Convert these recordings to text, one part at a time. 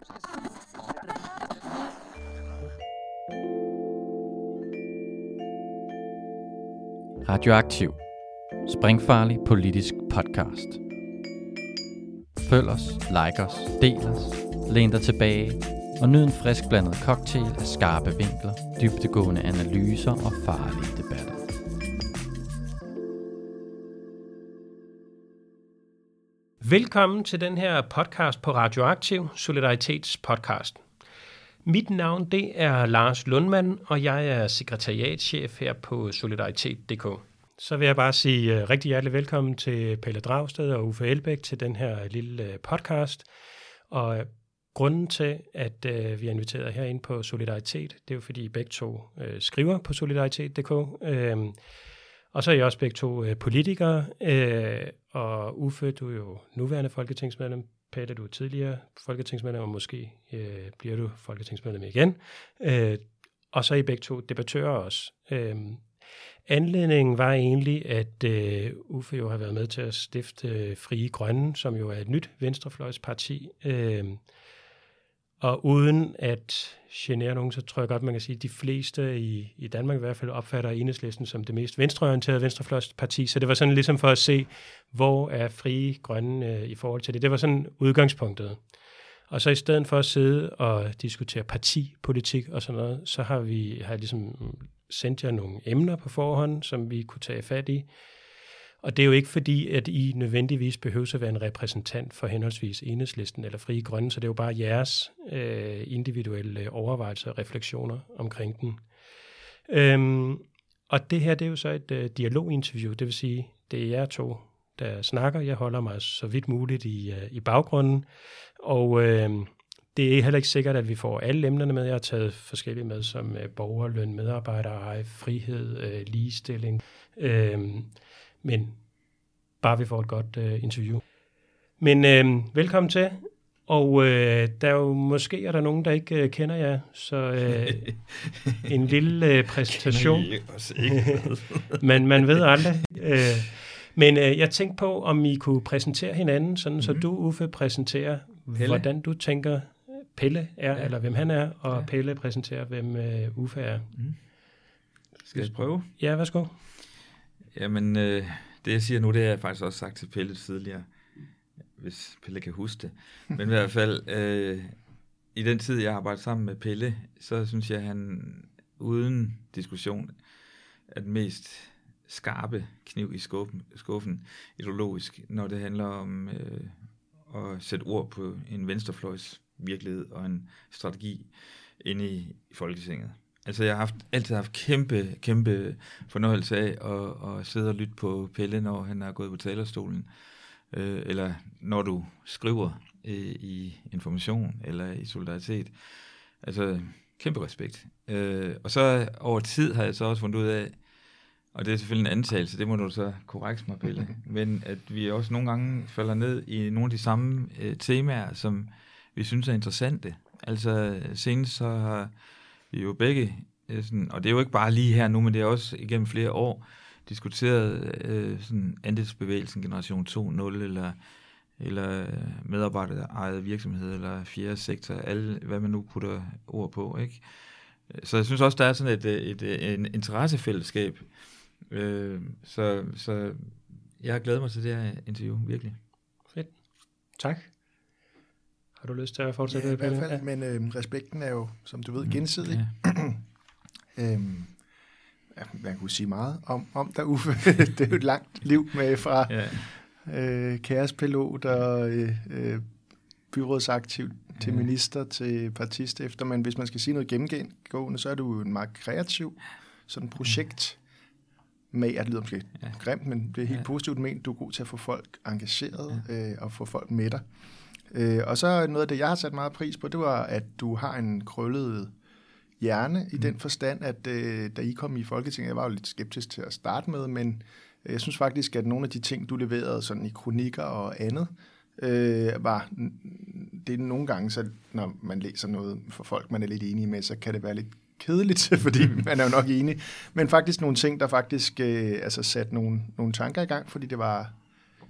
Radioaktiv. Springfarlig politisk podcast. Følg os, like os, del os, læn dig tilbage og nyd en frisk blandet cocktail af skarpe vinkler, dybdegående analyser og farlige debatter. Velkommen til den her podcast på Radioaktiv, Solidaritets podcast. Mit navn det er Lars Lundmann, og jeg er sekretariatschef her på Solidaritet.dk. Så vil jeg bare sige rigtig hjertelig velkommen til Pelle Dragsted og Uffe Elbæk til den her lille podcast. Og grunden til, at vi er inviteret herind på Solidaritet, det er jo fordi I begge to skriver på Solidaritet.dk. Og så er I også begge to politikere, og Uffe, du er jo nuværende folketingsmedlem. Pelle, du er tidligere folketingsmedlem, og måske bliver du folketingsmedlem igen. Og så er I begge to debattører også. Anledningen var egentlig, at Uffe jo har været med til at stifte Frie Grønne, som jo er et nyt venstrefløjsparti. Og uden at genere nogen, så tror jeg godt, man kan sige, at de fleste i Danmark i hvert fald opfatter Enhedslisten som det mest venstreorienterede venstrefløjsparti. Så det var sådan ligesom for at se, hvor er Frie Grønne i forhold til det. Det var sådan udgangspunktet. Og så i stedet for at sidde og diskutere partipolitik og sådan noget, så har jeg ligesom sendt jer nogle emner på forhånd, som vi kunne tage fat i. Og det er jo ikke fordi, at I nødvendigvis behøver at være en repræsentant for henholdsvis Enhedslisten eller Frie Grønne, så det er jo bare jeres individuelle overvejelser og refleksioner omkring den. Og det her, det er jo så et dialoginterview, det vil sige, det er jer to, der snakker. Jeg holder mig så vidt muligt i baggrunden, og det er heller ikke sikkert, at vi får alle emnerne med. Jeg har taget forskellige med, som borgerløn, medarbejdereje, frihed, ligestilling, men bare vi får et godt interview. Men velkommen til, og der er jo måske er der nogen, der ikke kender jer, så en lille præsentation. Man ved aldrig. Men jeg tænkte på, om I kunne præsentere hinanden, sådan så du, Uffe, præsenterer, hvordan du tænker, Pelle er, eller hvem han er, og Pelle præsenterer, hvem Uffe er. Skal jeg prøve? Ja, værsgo. Jamen, det jeg siger nu, det har jeg faktisk også sagt til Pelle tidligere, hvis Pelle kan huske det. Men i hvert fald, i den tid, jeg har arbejdet sammen med Pelle, så synes jeg, han uden diskussion er den mest skarpe kniv i skuffen ideologisk, når det handler om at sætte ord på en venstrefløjs virkelighed og en strategi inde i Folketinget. Altså jeg har altid haft kæmpe fornøjelse af at sidde og lytte på Pelle, når han er gået på talerstolen, eller når du skriver i Information eller i Solidaritet. Altså kæmpe respekt. Og så over tid har jeg så også fundet ud af, og det er selvfølgelig en antagelse, det må du så korrekse mig, Pelle, men at vi også nogle gange falder ned i nogle af de samme temaer, som vi synes er interessante. Altså senest så har vi jo begge, sådan, og det er jo ikke bare lige her nu, men det er også igennem flere år, diskuteret sådan andelsbevægelsen Generation 2.0, eller medarbejderejet virksomhed, eller fjerde sektor, alle, hvad man nu putter ord på, ikke? Så jeg synes også, der er sådan et interessefællesskab. Så jeg har glædet mig til det her interview, virkelig. Fedt. Tak. Har du lyst til at fortsætte? Ja, i hvert fald, men respekten er jo, som du ved, gensidig. Ja. Man kunne sige meget om dig, Uffe. Det er jo et langt liv med fra kaospilot og byrådsaktiv til minister til partistifter, men hvis man skal sige noget gennemgående, så er du en meget kreativ sådan projekt med, at det lyder måske grimt, men det er helt positivt ment, du er god til at få folk engageret og få folk med dig. Og så noget af det, jeg har sat meget pris på, det var, at du har en krøllet hjerne i den forstand, at da I kom i Folketinget, jeg var jo lidt skeptisk til at starte med, men jeg synes faktisk, at nogle af de ting, du leverede sådan i kronikker og andet, var det nogle gange, så når man læser noget for folk, man er lidt enige med, så kan det være lidt kedeligt, fordi man er jo nok enig, men faktisk nogle ting, der faktisk satte nogle tanker i gang, fordi det var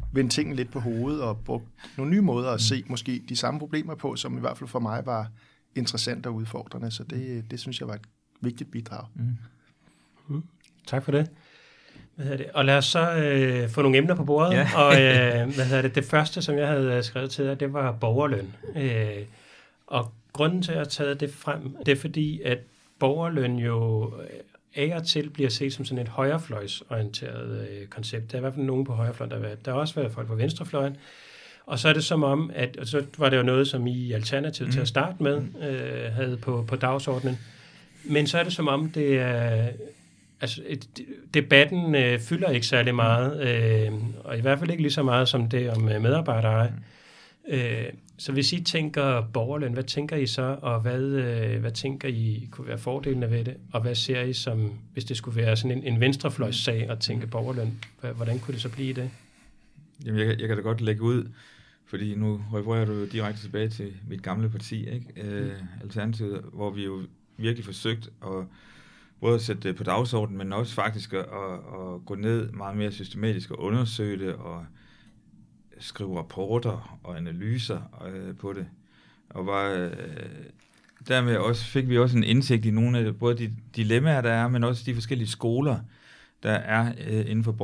vendt tingene lidt på hovedet og brugt nogle nye måder at se måske de samme problemer på, som i hvert fald for mig var interessant og udfordrende. Så det synes jeg var et vigtigt bidrag. Tak for det. Og lad os så få nogle emner på bordet. Ja. Og det første, som jeg havde skrevet til dig, det var borgerløn. Og grunden til at have taget det frem, det er fordi, at borgerløn jo af og til bliver set som sådan et højrefløjsorienteret koncept. Der er i hvert fald nogen på højrefløjen, der har også været folk på venstrefløjen. Og så er det som om, at så var det jo noget, som I Alternativet til at starte med havde på dagsordenen. Men så er det som om, det er... Altså, debatten fylder ikke særlig meget, og i hvert fald ikke lige så meget som det om medarbejdere. Så hvis I tænker borgerløn, hvad tænker I så, og hvad tænker I kunne være fordelene ved det, og hvad ser I som, hvis det skulle være sådan en venstrefløjssag at tænke borgerløn, hvordan kunne det så blive det? Jamen, jeg kan da godt lægge ud, fordi nu refererer du direkte tilbage til mit gamle parti, ikke? Alternativet, hvor vi jo virkelig forsøgt at både at sætte det på dagsordenen, men også faktisk at gå ned meget mere systematisk og undersøge det og skrive rapporter og analyser på det. Og dermed også fik vi også en indsigt i nogle af både de dilemmaer, der er, men også de forskellige skoler, der er inden for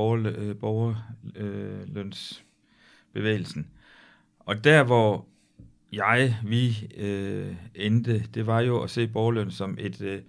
borgerlønsbevægelsen. Og der, hvor vi endte, det var jo at se borgerløn som et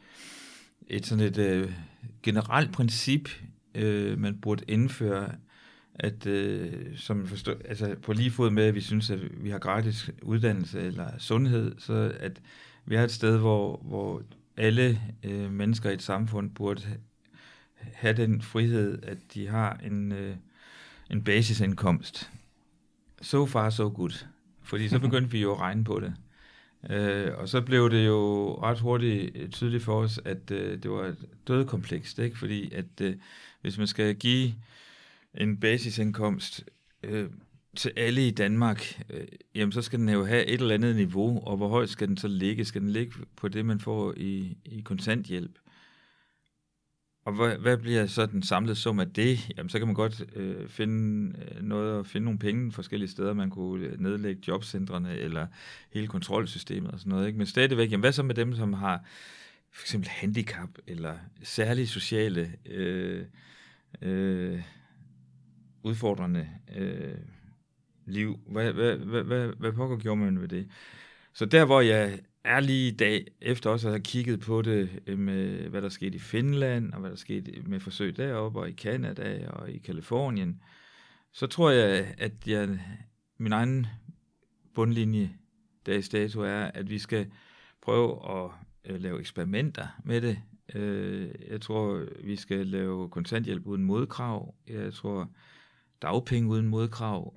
generelt princip, man burde indføre, at som forstå, altså på lige fod med, at vi synes, at vi har gratis uddannelse eller sundhed, så at vi har et sted, hvor alle mennesker i et samfund burde have den frihed, at de har en basisindkomst. So far, so good. Fordi så begyndte vi jo at regne på det. Og så blev det jo ret hurtigt tydeligt for os, at det var et dødkomplekst, ikke? Fordi at hvis man skal give en basisindkomst til alle i Danmark, jamen så skal den jo have et eller andet niveau, og hvor højt skal den så ligge? Skal den ligge på det, man får i kontanthjælp? Og hvad bliver så den samlede sum af det? Jamen så kan man godt finde nogle penge forskellige steder, man kunne nedlægge jobcentrene eller hele kontrolsystemet og sådan noget, ikke? Men stadigvæk, jamen hvad så med dem, som har for eksempel handicap eller særlige sociale udfordrende liv? Hvad pågår gjorde man ved det? Så der, hvor jeg er lige i dag, efter også at have kigget på det med, hvad der skete i Finland, og hvad der skete med forsøg deroppe, og i Canada, og i Kalifornien, så tror jeg, at min egen bundlinje dags dato er, at vi skal prøve at lave eksperimenter med det. Jeg tror, vi skal lave kontanthjælp uden modkrav. Jeg tror, dagpenge uden modkrav.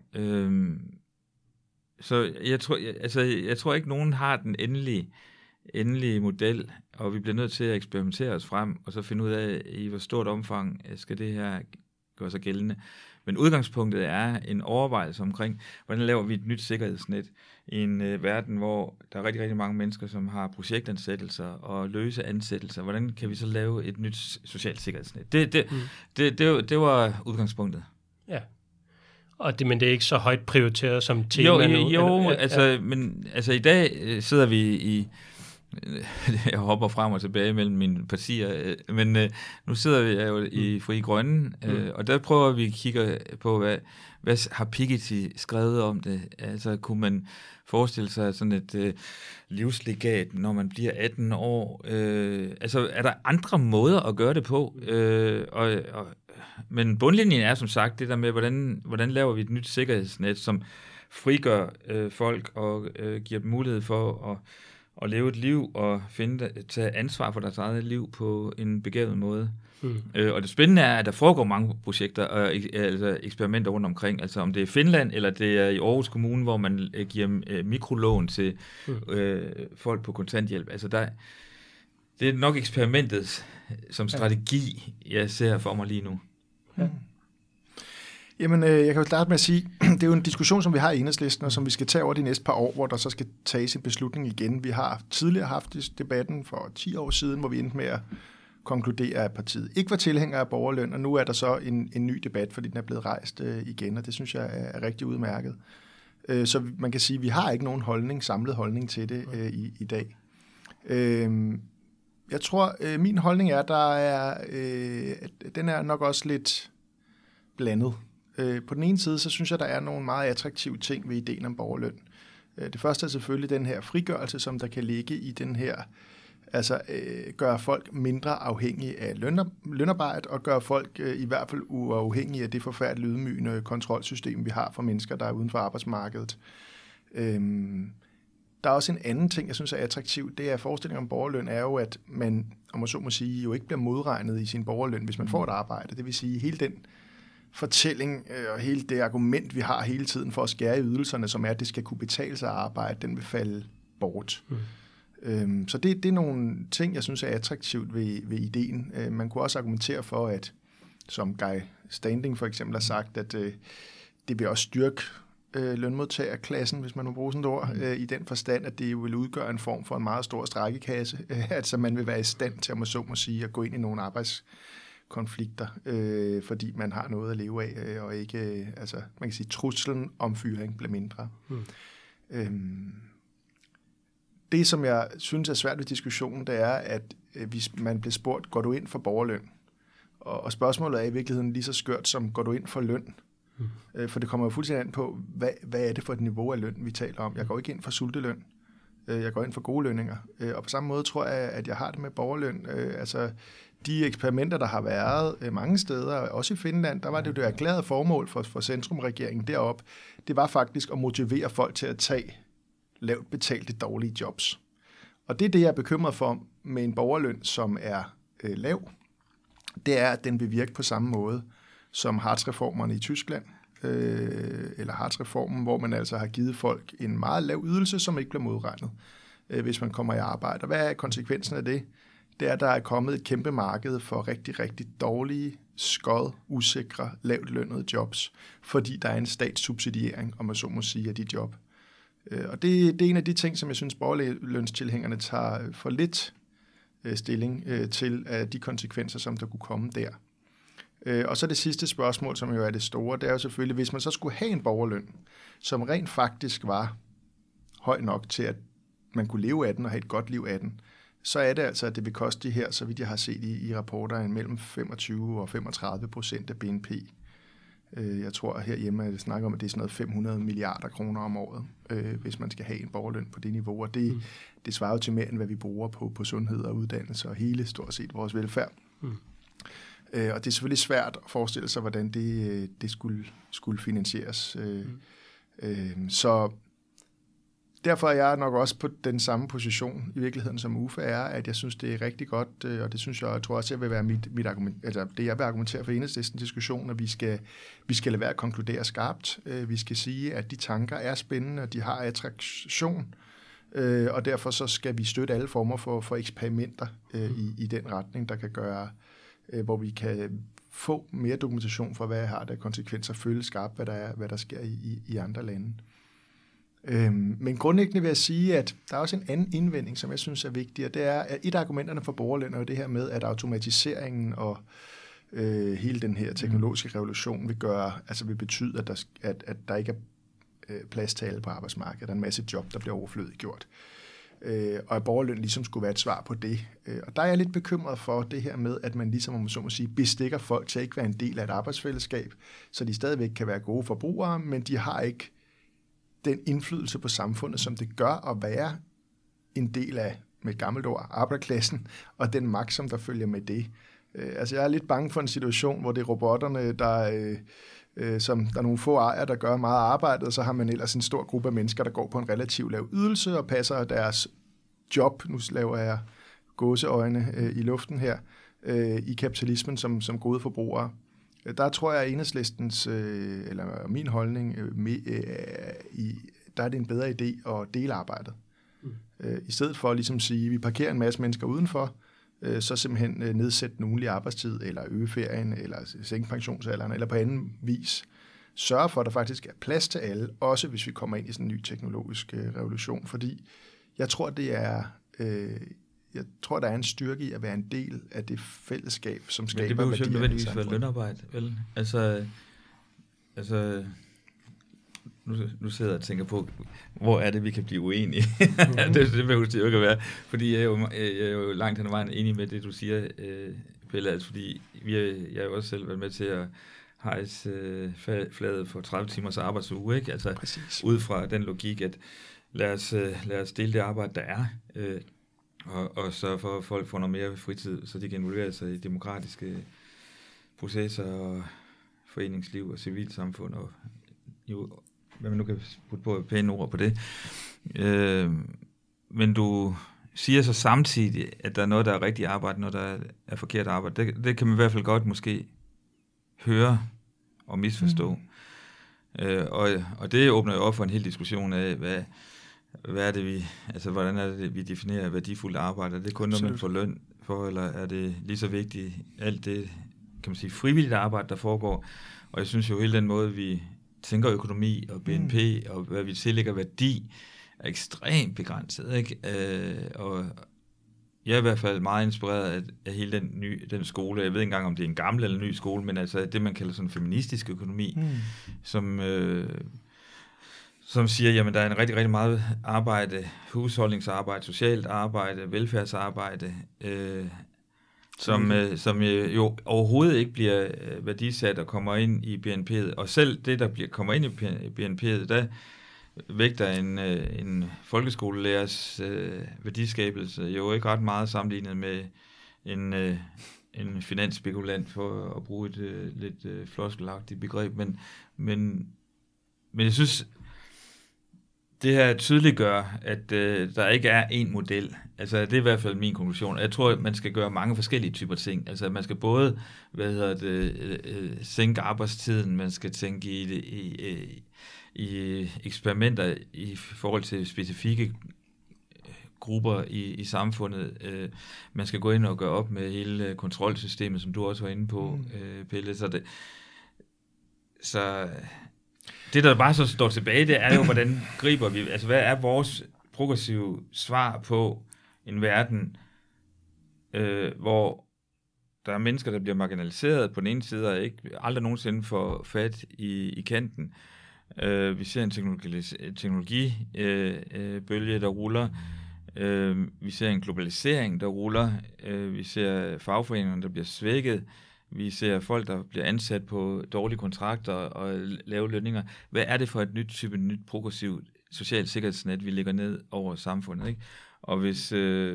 Så jeg tror ikke, nogen har den endelige model, og vi bliver nødt til at eksperimentere os frem, og så finde ud af, i hvor stort omfang skal det her gøre sig gældende. Men udgangspunktet er en overvejelse omkring, hvordan laver vi et nyt sikkerhedsnet i en verden, hvor der er rigtig, rigtig mange mennesker, som har projektansættelser og løse ansættelser. Hvordan kan vi så lave et nyt socialt sikkerhedsnet? Det var udgangspunktet. Ja. Men det er ikke så højt prioriteret som tema nu? Jo, altså i dag sidder vi i... Jeg hopper frem og tilbage mellem mine partier, men nu sidder vi jo i Frie Grønne, og der prøver vi at kigge på, hvad har Piketty skrevet om det? Altså, kunne man forestille sig sådan et livslegat, når man bliver 18 år? Altså, er der andre måder at gøre det på? Men bundlinjen er som sagt det der med, hvordan laver vi et nyt sikkerhedsnet, som frigør folk og giver dem mulighed for at leve et liv og tage ansvar for deres eget liv på en begavet måde. Og det spændende er, at der foregår mange projekter og altså eksperimenter rundt omkring. Altså om det er Finland, eller det er i Aarhus Kommune, hvor man giver mikrolån til folk på kontanthjælp. Altså det er nok eksperimentet som strategi, jeg ser for mig lige nu. Ja. Jamen, jeg kan jo starte med at sige, det er jo en diskussion, som vi har i Enhedslisten, og som vi skal tage over de næste par år, hvor der så skal tages en beslutning igen. Vi har tidligere haft debatten for 10 år siden, hvor vi endte med at konkludere, at partiet ikke var tilhænger af borgerløn, og nu er der så en ny debat, fordi den er blevet rejst igen, og det synes jeg er rigtig udmærket. Så man kan sige, at vi har ikke nogen samlet holdning til det i dag. Jeg tror, min holdning er, den er nok også lidt blandet. På den ene side, så synes jeg, der er nogle meget attraktive ting ved ideen om borgerløn. Det første er selvfølgelig den her frigørelse, som der kan ligge i den her, altså gøre folk mindre afhængige af lønarbejde, og gøre folk i hvert fald uafhængige af det forfærdeligt ydmygende kontrolsystem, vi har for mennesker, der er uden for arbejdsmarkedet. Der er også en anden ting, jeg synes er attraktiv, det er forestillingen om borgerløn, er jo, at man, om man så må sige, jo ikke bliver modregnet i sin borgerløn, hvis man får et arbejde. Det vil sige, hele den fortælling og hele det argument, vi har hele tiden for at skære i ydelserne, som er, at det skal kunne betale sig at arbejde, den vil falde bort. Så det er nogle ting, jeg synes er attraktivt ved ideen. Man kunne også argumentere for, at som Guy Standing for eksempel har sagt, at det vil også styrke lønmodtagerklassen, hvis man må bruge sådan et ord, i den forstand, at det vil udgøre en form for en meget stor strækkekasse. Altså man vil være i stand til, at sige, at gå ind i nogle arbejdskonflikter, fordi man har noget at leve af, og ikke, altså man kan sige, truslen om fyring bliver mindre. Det, som jeg synes er svært ved diskussionen, det er, at hvis man bliver spurgt, går du ind for borgerløn? Og spørgsmålet er i virkeligheden lige så skørt som, går du ind for løn? For det kommer jo fuldstændig an på, hvad er det for et niveau af løn, vi taler om. Jeg går ikke ind for sulteløn. Jeg går ind for gode lønninger. Og på samme måde tror jeg, at jeg har det med borgerløn. Altså, de eksperimenter, der har været mange steder, også i Finland, der var det jo det erklærede formål for centrumregeringen deroppe. Det var faktisk at motivere folk til at tage lavt betalte dårlige jobs. Og det er det, jeg er bekymret for med en borgerløn, som er lav. Det er, at den vil virke på samme måde som Hartz-reformerne i Tyskland, eller Hartz-reformen, hvor man altså har givet folk en meget lav ydelse, som ikke bliver modregnet, hvis man kommer i arbejde. Og hvad er konsekvensen af det? Det er, at der er kommet et kæmpe marked for rigtig, rigtig dårlige, usikre, lavt lønnede jobs, fordi der er en statssubsidiering, om man så må sige, af de job. Og det er en af de ting, som jeg synes, borgerlønstilhængerne tager for lidt stilling til af de konsekvenser, som der kunne komme der. Og så det sidste spørgsmål, som jo er det store, det er jo selvfølgelig, hvis man så skulle have en borgerløn, som rent faktisk var høj nok til, at man kunne leve af den og have et godt liv af den, så er det altså, at det vil koste de her, så vidt jeg har set i rapporter, mellem 25% og 35% af BNP. Jeg tror herhjemme, at jeg snakker om, at det er sådan noget 500 milliarder kroner om året, hvis man skal have en borgerløn på det niveau. Og det svarer jo til mere, end hvad vi bruger på sundhed og uddannelse og hele stort set vores velfærd. Og det er selvfølgelig svært at forestille sig, hvordan det skulle finansieres. Så derfor er jeg nok også på den samme position i virkeligheden, som Uffe er, at jeg synes, det er rigtig godt, og det synes jeg tror også, jeg vil være mit argument, altså det, jeg vil argumentere for Enhedslistens diskussion, at vi skal lade være at konkludere skarpt. Vi skal sige, at de tanker er spændende, og de har attraktion, og derfor så skal vi støtte alle former for eksperimenter i den retning, der kan gøre, hvor vi kan få mere dokumentation for, hvad har der konsekvenser, følge skarpt, hvad der sker i andre lande. Men grundlæggende vil jeg sige, at der er også en anden indvending, som jeg synes er vigtig, og det er, at et af argumenterne for borgerløn er jo det her med, at automatiseringen og hele den her teknologiske revolution vil betyde, at der ikke er plads til alle på arbejdsmarkedet. Der er en masse job, der bliver overflødiggjort. Og at borgerløn ligesom skulle være et svar på det. Og der er jeg lidt bekymret for det her med, at man ligesom, om man så må sige, bestikker folk til at ikke være en del af et arbejdsfællesskab, så de stadigvæk kan være gode forbrugere, men de har ikke den indflydelse på samfundet, som det gør at være en del af, med et gammelt ord, arbejderklassen, og den magt, som der følger med det. Altså jeg er lidt bange for en situation, hvor det er robotterne, som der er nogle få ejere, der gør meget arbejde, og så har man ellers en stor gruppe af mennesker, der går på en relativt lav ydelse og passer deres job, nu laver jeg gåseøjne i luften her, i kapitalismen som gode forbrugere. Der tror jeg, at Enhedslistens, eller min holdning, der er det en bedre idé at dele arbejdet. I stedet for at ligesom sige, at vi parkerer en masse mennesker udenfor, så simpelthen nedsætte den ugenlige arbejdstid, eller øge ferien, eller sænke pensionsalderen, eller på anden vis sørge for, at der faktisk er plads til alle, også hvis vi kommer ind i sådan en ny teknologisk revolution. Fordi jeg tror, det er jeg tror, der er en styrke i at være en del af det fællesskab, som skaber værdier. Men det behøver jo ikke nødvendigvis være lønarbejde, vel? Altså nu sidder jeg og tænker på, hvor er det, vi kan blive uenige? det behøver det jo ikke at være, fordi jeg er jo langt hen ad vejen enig med det, du siger, Pelle, altså fordi jeg har jo også selv været med til at hejse flaget for 30 timers arbejdsuge, ikke? Altså præcis. Ud fra den logik, at lad os dele det arbejde, der er, og sørge for, at folk får noget mere fritid, så de kan involvere sig i demokratiske processer og foreningsliv og civilsamfund og jo, hvad man nu kan putte på pæne ord på det. Men du siger så samtidig, at der er noget, der er rigtigt arbejde, noget, der er forkert arbejde. Det kan man i hvert fald godt måske høre og misforstå. Og det åbner jo op for en hel diskussion af, hvad er det hvordan er det, vi definerer værdifuldt arbejde? Er det kun noget, man får løn for, eller er det lige så vigtigt alt det, kan man sige, frivilligt arbejde, der foregår? Og jeg synes jo, hele den måde, vi tænker økonomi og BNP, og hvad vi tillægger værdi, er ekstremt begrænset, ikke? Og jeg er i hvert fald meget inspireret af hele den skole. Jeg ved ikke engang, om det er en gammel eller ny skole, men altså det, man kalder sådan feministisk økonomi, som siger, jamen der er en rigtig, rigtig meget arbejde, husholdningsarbejde, socialt arbejde, velfærdsarbejde, som jo overhovedet ikke bliver værdisat og kommer ind i BNP'et. Og selv det, der kommer ind i BNP'et, der vægter en folkeskolelærers værdiskabelse jo ikke ret meget sammenlignet med en finansspekulant, for at bruge et lidt floskelagtigt begreb. Men jeg synes, det her tydeliggør, at der ikke er én model. Altså, det er i hvert fald min konklusion. Jeg tror, at man skal gøre mange forskellige typer ting. Altså, man skal både, sænke arbejdstiden, man skal tænke i eksperimenter i forhold til specifikke grupper i samfundet. Man skal gå ind og gøre op med hele kontrolsystemet, som du også var inde på, Pelle. Så det, der bare så står tilbage, det er jo, hvordan griber vi, altså hvad er vores progressive svar på en verden, hvor der er mennesker, der bliver marginaliseret på den ene side, og ikke aldrig nogensinde får fat i kanten. Vi ser en teknologibølge, der ruller. Vi ser en globalisering, der ruller. Vi ser fagforeningerne, der bliver svækket. Vi ser folk, der bliver ansat på dårlige kontrakter og lave lønninger. Hvad er det for et nyt progressivt socialt sikkerhedsnet, vi lægger ned over samfundet, ikke? Og hvis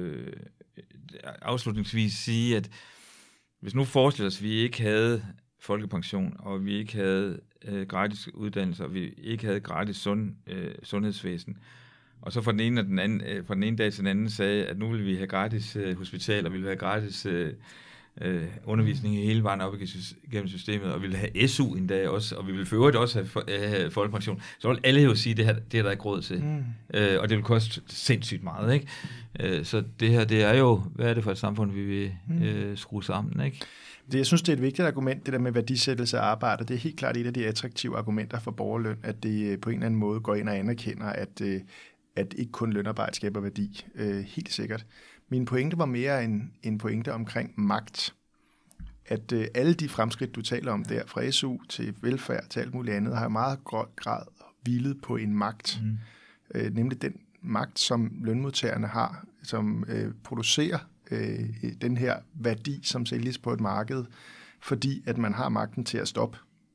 afslutningsvis sige, at hvis nu forestiller os, at vi ikke havde folkepension, og vi ikke havde gratis uddannelse, og vi ikke havde gratis sundhedsvæsen, og så fra den ene dag til den anden sagde, at nu vil vi have gratis hospital, og vi vil have gratis undervisning hele vejen op igennem systemet, og vi vil have SU en dag også, og vi vil for øvrigt også have folkepension, så vil alle jo sige, at det er der ikke råd til. Og det vil koste sindssygt meget, ikke? Så det her, det er jo, hvad er det for et samfund, vi vil skrue sammen, ikke? Jeg synes, det er et vigtigt argument, det der med værdisættelse af arbejde. Det er helt klart et af de attraktive argumenter for borgerløn, at det på en eller anden måde går ind og anerkender, at ikke kun lønarbejde skaber værdi. Helt sikkert. Min pointe var mere en pointe omkring magt. At alle de fremskridt, du taler om der, fra SU til velfærd til alt muligt andet, har i meget grad hvilet på en magt. Nemlig den magt, som lønmodtagerne har, som producerer den her værdi, som sælges på et marked, fordi at man har magten til at stoppe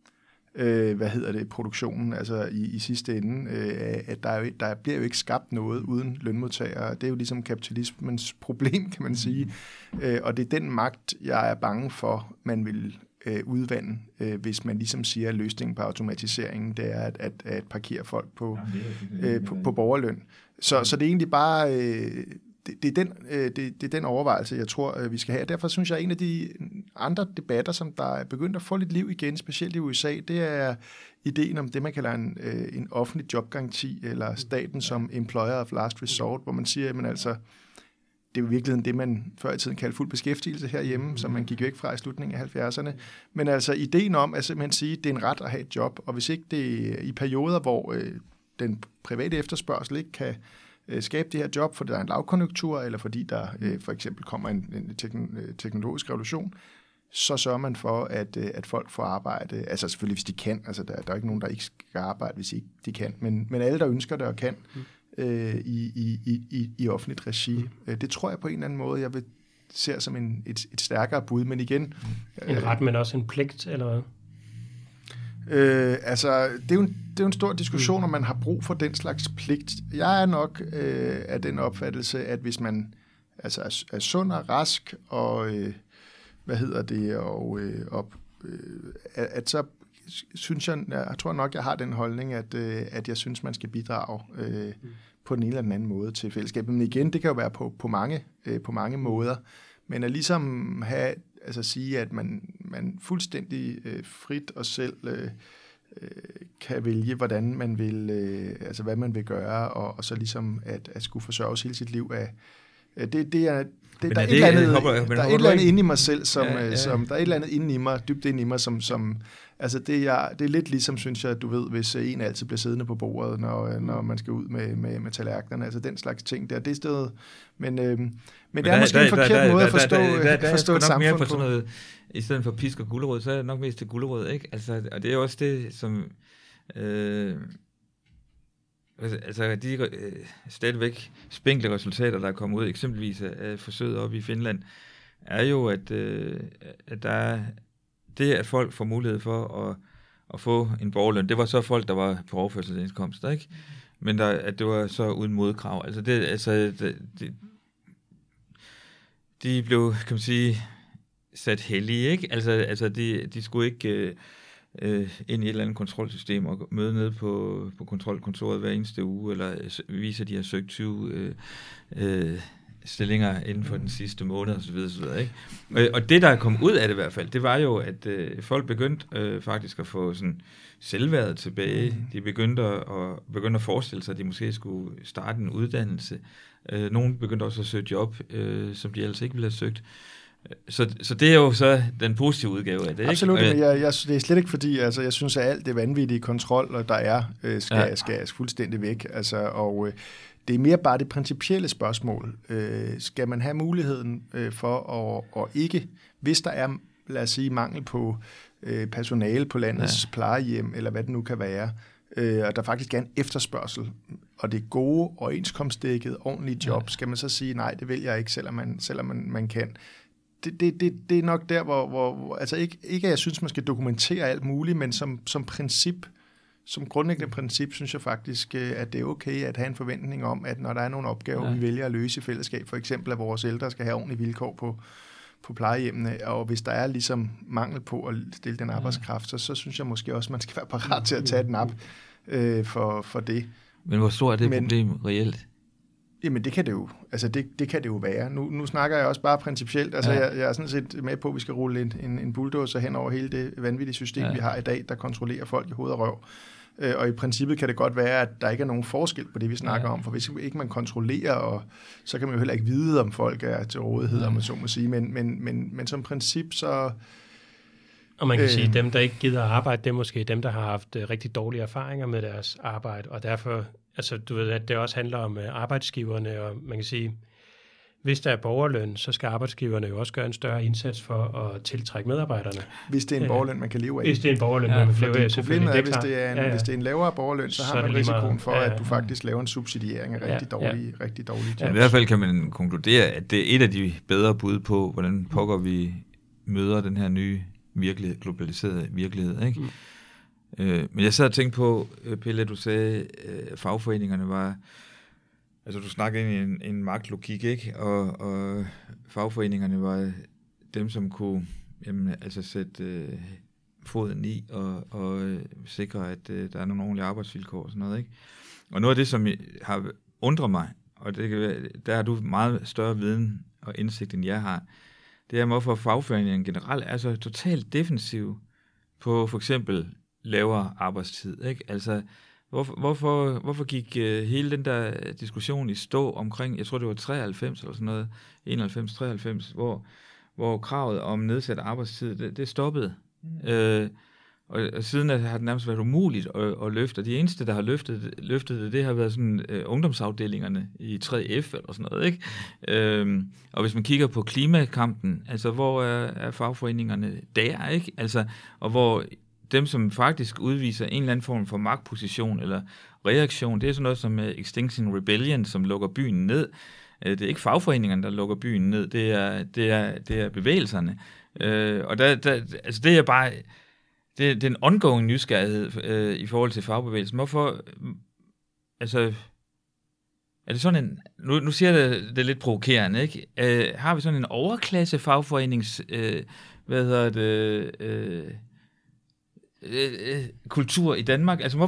produktionen, altså i sidste ende, at der bliver jo ikke skabt noget uden lønmodtagere. Det er jo ligesom kapitalismens problem, kan man sige. Og det er den magt, jeg er bange for, man vil udvande, hvis man ligesom siger, at løsningen på automatiseringen, det er at parkere folk på borgerløn. Så det er egentlig bare det er den overvejelse, jeg tror, vi skal have. Derfor synes jeg, at en af de andre debatter, som der er begyndt at få lidt liv igen, specielt i USA, det er ideen om det, man kalder en offentlig jobgaranti, eller staten som employer of last resort, hvor man siger, at altså, det er jo i virkeligheden det, man før i tiden kaldte fuld beskæftigelse herhjemme, som man gik væk fra i slutningen af 70'erne. Men altså ideen om at simpelthen sige, at det er en ret at have et job, og hvis ikke det i perioder, hvor den private efterspørgsel ikke kan skabe det her job, fordi der er en lavkonjunktur, eller fordi der for eksempel kommer en teknologisk revolution, så sørger man for, at folk får arbejde. Altså selvfølgelig, hvis de kan. Altså der er ikke nogen, der ikke skal arbejde, hvis ikke de kan. Men alle, der ønsker det og kan i offentligt regi. Det tror jeg på en eller anden måde, jeg vil ser som et stærkere bud. Men igen... En ret, men også en pligt, eller hvad? Altså, det er jo en stor diskussion, om man har brug for den slags pligt. Jeg er nok af den opfattelse, at hvis man altså er sund og rask, og at så synes jeg tror nok, jeg har den holdning, at jeg synes, man skal bidrage på den ene eller den anden måde til fællesskabet. Men igen, det kan jo være på mange måder. Men at ligesom sige, at man fuldstændig frit og selv kan vælge, hvordan man vil, hvad man vil gøre, og så ligesom at skulle forsørges hele sit liv af. Der er et eller andet inde i mig selv, der er et eller andet inde i mig, dybt inde i mig, som altså det er lidt ligesom, synes jeg, du ved, hvis en altid bliver siddende på bordet, når man skal ud med tallerkenerne, altså den slags ting der, det er stedet, men det er måske en forkert måde at forstå et samfund på. Sådan noget, i stedet for pisk og gulerod, så er det nok mest til gulerod, ikke? Altså, og det er også det, som de stadigvæk spinkle resultater, der er kommet ud, eksempelvis af forsøget oppe i Finland, er jo, at der er det, at folk får mulighed for at få en borgerløn. Det var så folk, der var på overførselsindkomster, ikke? Men at det var så uden modkrav. Altså de blev, kan man sige, sat hellige, ikke? Altså de skulle ikke ind i et eller andet kontrolsystem og møde ned på kontrolkontoret hver eneste uge, eller vise, at de har søgt 20 stillinger inden for den sidste måned, osv. Ikke? Og det, der er kommet ud af det i hvert fald, det var jo, at folk begyndte faktisk at få sådan selvværdet tilbage. De begyndte at forestille sig, at de måske skulle starte en uddannelse. Nogle begyndte også at søge job, som de ellers ikke ville have søgt. Så det er jo så den positive udgave af det, absolut, ikke? Men det er slet ikke fordi, altså jeg synes, at alt det vanvittige kontrol, der er, skal fuldstændig væk. Altså, og det er mere bare det principielle spørgsmål. Skal man have muligheden for at ikke, hvis der er, lad os sige, mangel på personale på landets plejehjem, eller hvad det nu kan være, og der faktisk er en efterspørgsel, og det er gode, overenskomstdækket, ordentlige job, skal man så sige, nej, det vil jeg ikke, selvom man kan. Det er nok der, hvor altså ikke at jeg synes, man skal dokumentere alt muligt, men som princip, som grundlæggende princip, synes jeg faktisk, at det er okay at have en forventning om, at når der er nogle opgaver, vi vælger at løse i fællesskab, for eksempel at vores ældre skal have ordentlige vilkår på plejehjemmene, og hvis der er ligesom mangel på at stille den arbejdskraft, så synes jeg måske også, man skal være parat til at tage den op for det. Men hvor stort er det problem reelt? Jamen det kan det jo, altså det kan det jo være. Nu snakker jeg også bare principielt, altså jeg er sådan set med på, at vi skal rulle en bulldozer hen over hele det vanvittige system, vi har i dag, der kontrollerer folk i hoved og røv. Og i princippet kan det godt være, at der ikke er nogen forskel på det, vi snakker om, for hvis ikke man kontrollerer, så kan man jo heller ikke vide, om folk er til rådighed, om man så må sige, men som princip så... Og man kan sige, at dem, der ikke gider at arbejde, det er måske dem, der har haft rigtig dårlige erfaringer med deres arbejde, og derfor, altså du ved, at det også handler om arbejdsgiverne, og man kan sige, hvis der er borgerløn, så skal arbejdsgiverne jo også gøre en større indsats for at tiltrække medarbejderne. Hvis det er en borgerløn, man kan leve af. Hvis det er en borgerløn, man kan leve af, problemet er, hvis det er en lavere borgerløn, så har man risikoen for, at du faktisk laver en subsidiering af rigtig dårlige jobs. I hvert fald kan man konkludere, at det er et af de bedre bud på, hvordan pokker vi møder den her nye globaliserede virkelighed, ikke? Men jeg sad og tænkte på, Pelle, du sagde, fagforeningerne var... Altså, du snakkede ind i en magtlogik, ikke? Og fagforeningerne var dem, som kunne sætte foden i og sikre, at der er nogle ordentlige arbejdsvilkår og sådan noget, ikke? Og noget af det, som har undret mig, og der har du meget større viden og indsigt, end jeg har, det er, hvorfor fagforeningerne generelt er så totalt defensiv på for eksempel lavere arbejdstid, ikke? Altså, hvorfor gik hele den der diskussion i stå omkring, jeg tror det var 93 eller sådan noget, 91-93, hvor kravet om nedsat arbejdstid, det stoppede. Og siden har det nærmest været umuligt at løfte, og de eneste, der har løftet det har været sådan ungdomsafdelingerne i 3F eller sådan noget, ikke? Og hvis man kigger på klimakampen, altså hvor er fagforeningerne der, ikke? Altså, og hvor dem, som faktisk udviser en eller anden form for magtposition eller reaktion, det er sådan noget som Extinction Rebellion, som lukker byen ned. Det er ikke fagforeningerne, der lukker byen ned, det er bevægelserne. Og altså det er bare... Det er en ongoing nysgerrighed i forhold til fagbevægelsen. Hvorfor, altså, er det sådan en, nu siger jeg det er lidt provokerende, ikke? Har vi sådan en overklasse fagforenings, kultur i Danmark? Altså,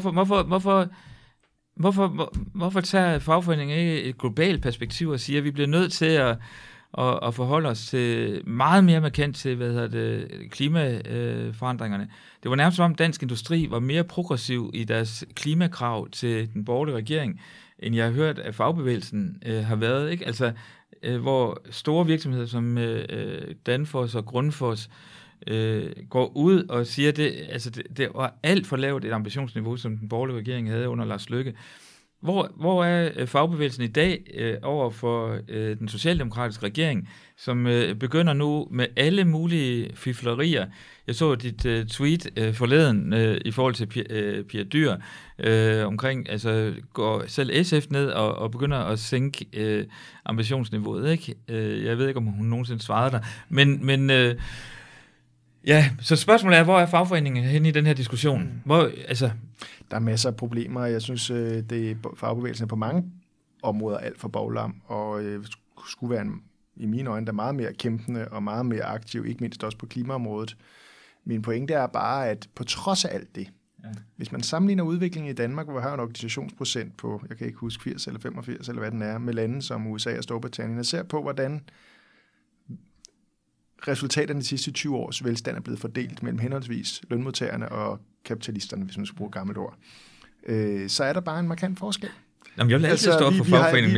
hvorfor tager fagforeningen ikke et globalt perspektiv og siger, at vi bliver nødt til at forholde os til meget mere markant til, klimaforandringerne. Det var nærmest som om Dansk Industri var mere progressiv i deres klimakrav til den borgerlige regering, end jeg har hørt, at fagbevægelsen har været, ikke? Altså, hvor store virksomheder som Danfoss og Grundfos går ud og siger, det var alt for lavt et ambitionsniveau, som den borgerlige regering havde under Lars Løkke. Hvor er fagbevægelsen i dag over for den socialdemokratiske regering, som begynder nu med alle mulige fiflerier? Jeg så dit tweet forleden i forhold til Pia Dyr omkring, altså går selv SF ned og begynder at sænke ambitionsniveauet, ikke? Jeg ved ikke, om hun nogensinde svarede dig, men ja, så spørgsmålet er, hvor er fagforeningen henne i den her diskussion? Der er masser af problemer, og jeg synes, det fagbevægelsen er på mange områder alt for boglam, og skulle være i mine øjne, der er meget mere kæmpende og meget mere aktiv, ikke mindst også på klimaområdet. Min pointe er bare, at på trods af alt det, hvis man sammenligner udviklingen i Danmark, hvor vi har en organisationsprocent på, jeg kan ikke huske 80 eller 85 eller hvad den er, med lande som USA og Storbritannien, og ser på, hvordan resultaterne de sidste 20 års velstand er blevet fordelt mellem henholdsvis lønmodtagerne og kapitalisterne, hvis man skal bruge gammelt ord, så er der bare en markant forskel. Jamen, jeg vil altid stå op for fagforeningen,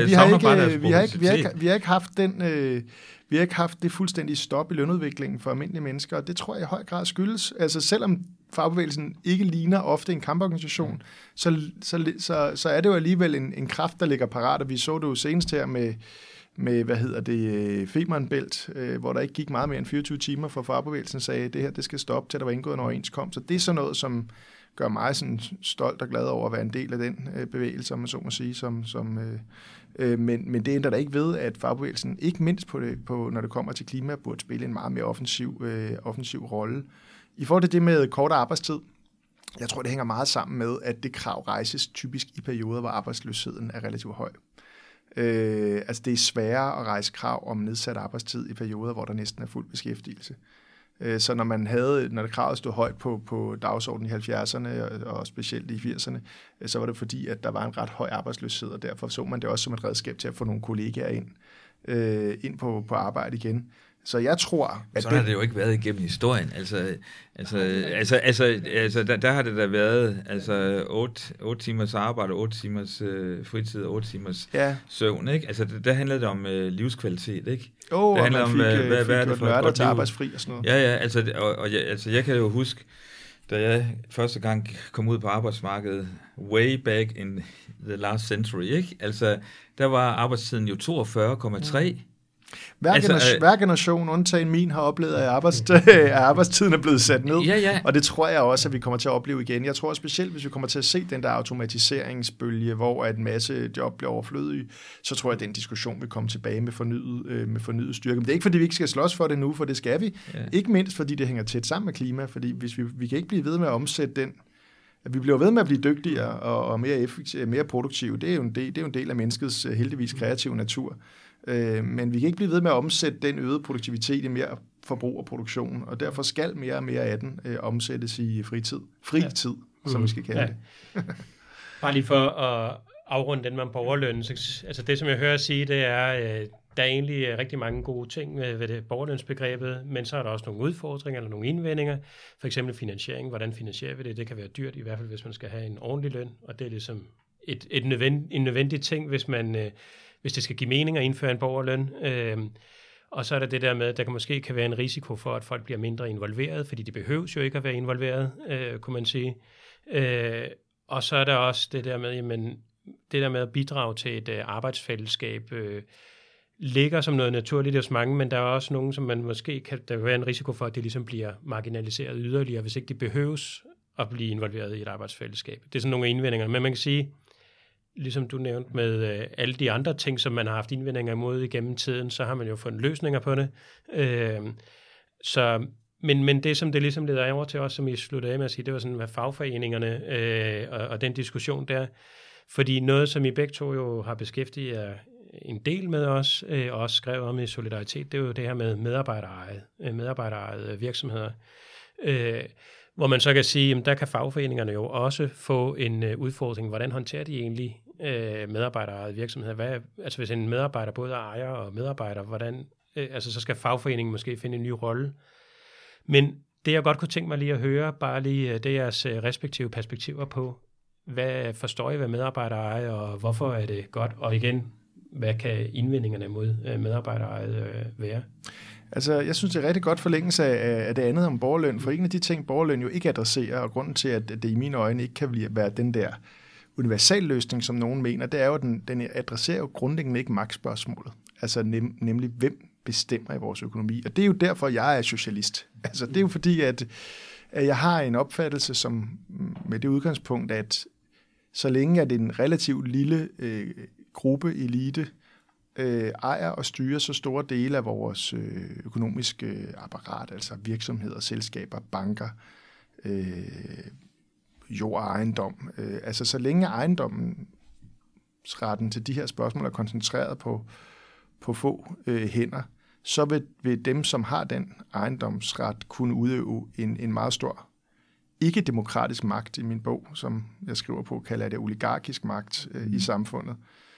vi har ikke haft det fuldstændige stop i lønudviklingen for almindelige mennesker, og det tror jeg i høj grad skyldes. Altså selvom fagbevægelsen ikke ligner ofte en kamporganisation, så er det jo alligevel en kraft, der ligger parat, og vi så det jo senest her med Femern Bælt, hvor der ikke gik meget mere end 24 timer, for fagbevægelsen sagde, at det her det skal stoppe, til der var indgået en overenskomst. Så det er sådan noget, som gør mig sådan stolt og glad over at være en del af den bevægelse, om man så må sige. Men det ændrer da ikke ved, at fagbevægelsen, ikke mindst når det kommer til klima, burde spille en meget mere offensiv rolle. I forhold til det med kortere arbejdstid, jeg tror, det hænger meget sammen med, at det krav rejses typisk i perioder, hvor arbejdsløsheden er relativt høj. Altså det er sværere at rejse krav om nedsat arbejdstid i perioder, hvor der næsten er fuld beskæftigelse. Så når det kravet stod højt på dagsordenen i 70'erne og specielt i 80'erne, så var det fordi, at der var en ret høj arbejdsløshed, og derfor så man det også som et redskab til at få nogle kollegaer ind på arbejde igen. Så jeg tror, at sådan har det jo ikke været igennem historien. Der har det da været 8 timers arbejde, 8 timers fritid, 8 timers søvn, ikke? Altså der handlede det om livskvalitet, ikke? Det handler om hvad er det for noget til arbejdsfri og sådan noget. Jeg kan jo huske, da jeg første gang kom ud på arbejdsmarkedet, way back in the last century, ikke? Altså der var arbejdstiden jo 42,3. Hver generation, undtagen min, har oplevet, at arbejdstiden er blevet sat ned. Ja. Og det tror jeg også, at vi kommer til at opleve igen. Jeg tror specielt, hvis vi kommer til at se den der automatiseringsbølge, hvor en masse job bliver overflødige, så tror jeg, at den diskussion vil komme tilbage med fornyet styrke. Men det er ikke, fordi vi ikke skal slås for det nu, for det skal vi. Ja. Ikke mindst, fordi det hænger tæt sammen med klima, fordi hvis vi kan ikke blive ved med at omsætte den, at vi bliver ved med at blive dygtigere og mere produktive. Det er jo en del af menneskets heldigvis kreative natur. Men vi kan ikke blive ved med at omsætte den øgede produktivitet i mere forbrug og produktion, og derfor skal mere og mere af den omsættes i fritid, som vi skal kalde det. Bare lige for at afrunde den med borgerløn. Altså det, som jeg hører sige, det er, der er egentlig rigtig mange gode ting ved det borgerlønsbegrebet, men så er der også nogle udfordringer eller nogle indvendinger. For eksempel finansiering. Hvordan finansierer vi det? Det kan være dyrt, i hvert fald hvis man skal have en ordentlig løn, og det er ligesom en nødvendig ting, hvis det skal give mening at indføre en borgerløn. Og så er der det der med, at der måske kan være en risiko for, at folk bliver mindre involveret, fordi de behøves jo ikke at være involveret, kunne man sige. Og så er der også det der med, jamen, det der med at bidrage til et arbejdsfællesskab ligger som noget naturligt hos mange, men der er også nogen, som man måske kan være en risiko for, at det ligesom bliver marginaliseret yderligere, hvis ikke de behøves at blive involveret i et arbejdsfællesskab. Det er sådan nogle indvendinger, men man kan sige, ligesom du nævnte med alle de andre ting, som man har haft indvendinger imod igennem tiden, så har man jo fundet løsninger på det. Men det, som det ligesom leder over til os, som I sluttede af med at sige, det var sådan, hvad fagforeningerne og den diskussion der. Fordi noget, som I begge to jo har beskæftiget jer en del med os, og også skrevet om i Solidaritet, det er jo det her med medarbejderejede virksomheder. Hvor man så kan sige, at der kan fagforeningerne jo også få en udfordring. Hvordan håndterer de egentlig medarbejderejede virksomheder? Altså hvis en medarbejder både er ejer og medarbejder, så skal fagforeningen måske finde en ny rolle. Men det, jeg godt kunne tænke mig lige at høre, bare lige det jeres respektive perspektiver på, hvad forstår I ved medarbejdereje, og hvorfor er det godt? Og igen, hvad kan indvendingerne mod medarbejdereje være? Altså, jeg synes, det er rigtig godt forlængelse af det andet om borgerløn, for en af de ting, borgerløn jo ikke adresserer, og grunden til, at det i mine øjne ikke kan være den der universalløsning, som nogen mener, det er jo, at den adresserer jo grundlæggende ikke magtspørgsmålet. Altså nemlig, hvem bestemmer i vores økonomi. Og det er jo derfor, jeg er socialist. Altså, det er jo fordi, at jeg har en opfattelse som med det udgangspunkt, at så længe at en relativt lille gruppe elite ejer og styrer så store dele af vores økonomiske apparat, altså virksomheder, selskaber, banker, jord og ejendom. Altså så længe ejendomsretten til de her spørgsmål er koncentreret på få hænder, så vil dem, som har den ejendomsret, kunne udøve en meget stor ikke-demokratisk magt i min bog, som jeg skriver på, kalder jeg det oligarkisk magt i samfundet.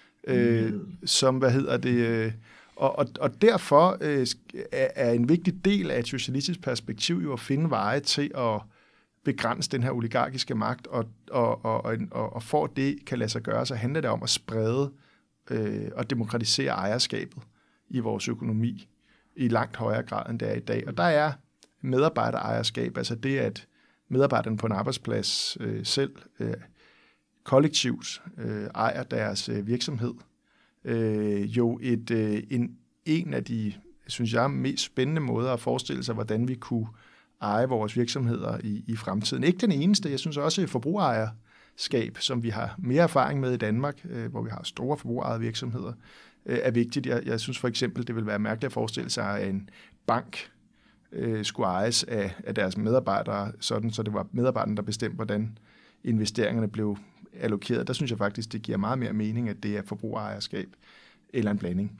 Og derfor er en vigtig del af et socialistisk perspektiv jo at finde veje til at begrænse den her oligarkiske magt, og for det kan lade sig gøre, så handler det om at sprede og demokratisere ejerskabet i vores økonomi i langt højere grad, end det er i dag. Og der er medarbejderejerskab, altså det, at medarbejderne på en arbejdsplads selv kollektivt ejer deres virksomhed, jo en af de, synes jeg, mest spændende måder at forestille sig, hvordan vi kunne eje vores virksomheder i fremtiden. Ikke den eneste, jeg synes også forbrugerejerskab, som vi har mere erfaring med i Danmark, hvor vi har store forbrugerejede virksomheder, er vigtigt. Jeg synes for eksempel, det vil være mærkeligt at forestille sig, at en bank skulle ejes af deres medarbejdere, sådan så det var medarbejderne, der bestemte, hvordan investeringerne blev allokeret. Der synes jeg faktisk, det giver meget mere mening, at det er forbrugerejerskab eller en blanding.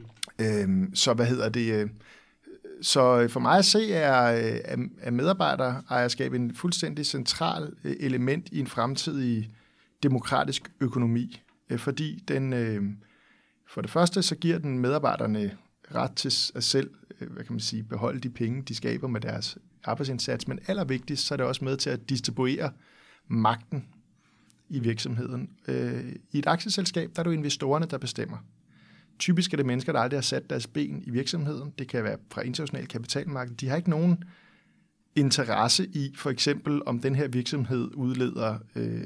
Så for mig at se er medarbejderejerskab en fuldstændig central element i en fremtidig demokratisk økonomi, fordi den for det første så giver den medarbejderne ret til at selv, beholde de penge, de skaber med deres arbejdsindsats, men allervigtigst så er det også med til at distribuere magten i virksomheden. I et aktieselskab, der er det jo investorerne, der bestemmer. Typisk er det mennesker, der aldrig har sat deres ben i virksomheden. Det kan være fra international kapitalmarked. De har ikke nogen interesse i, for eksempel, om den her virksomhed udleder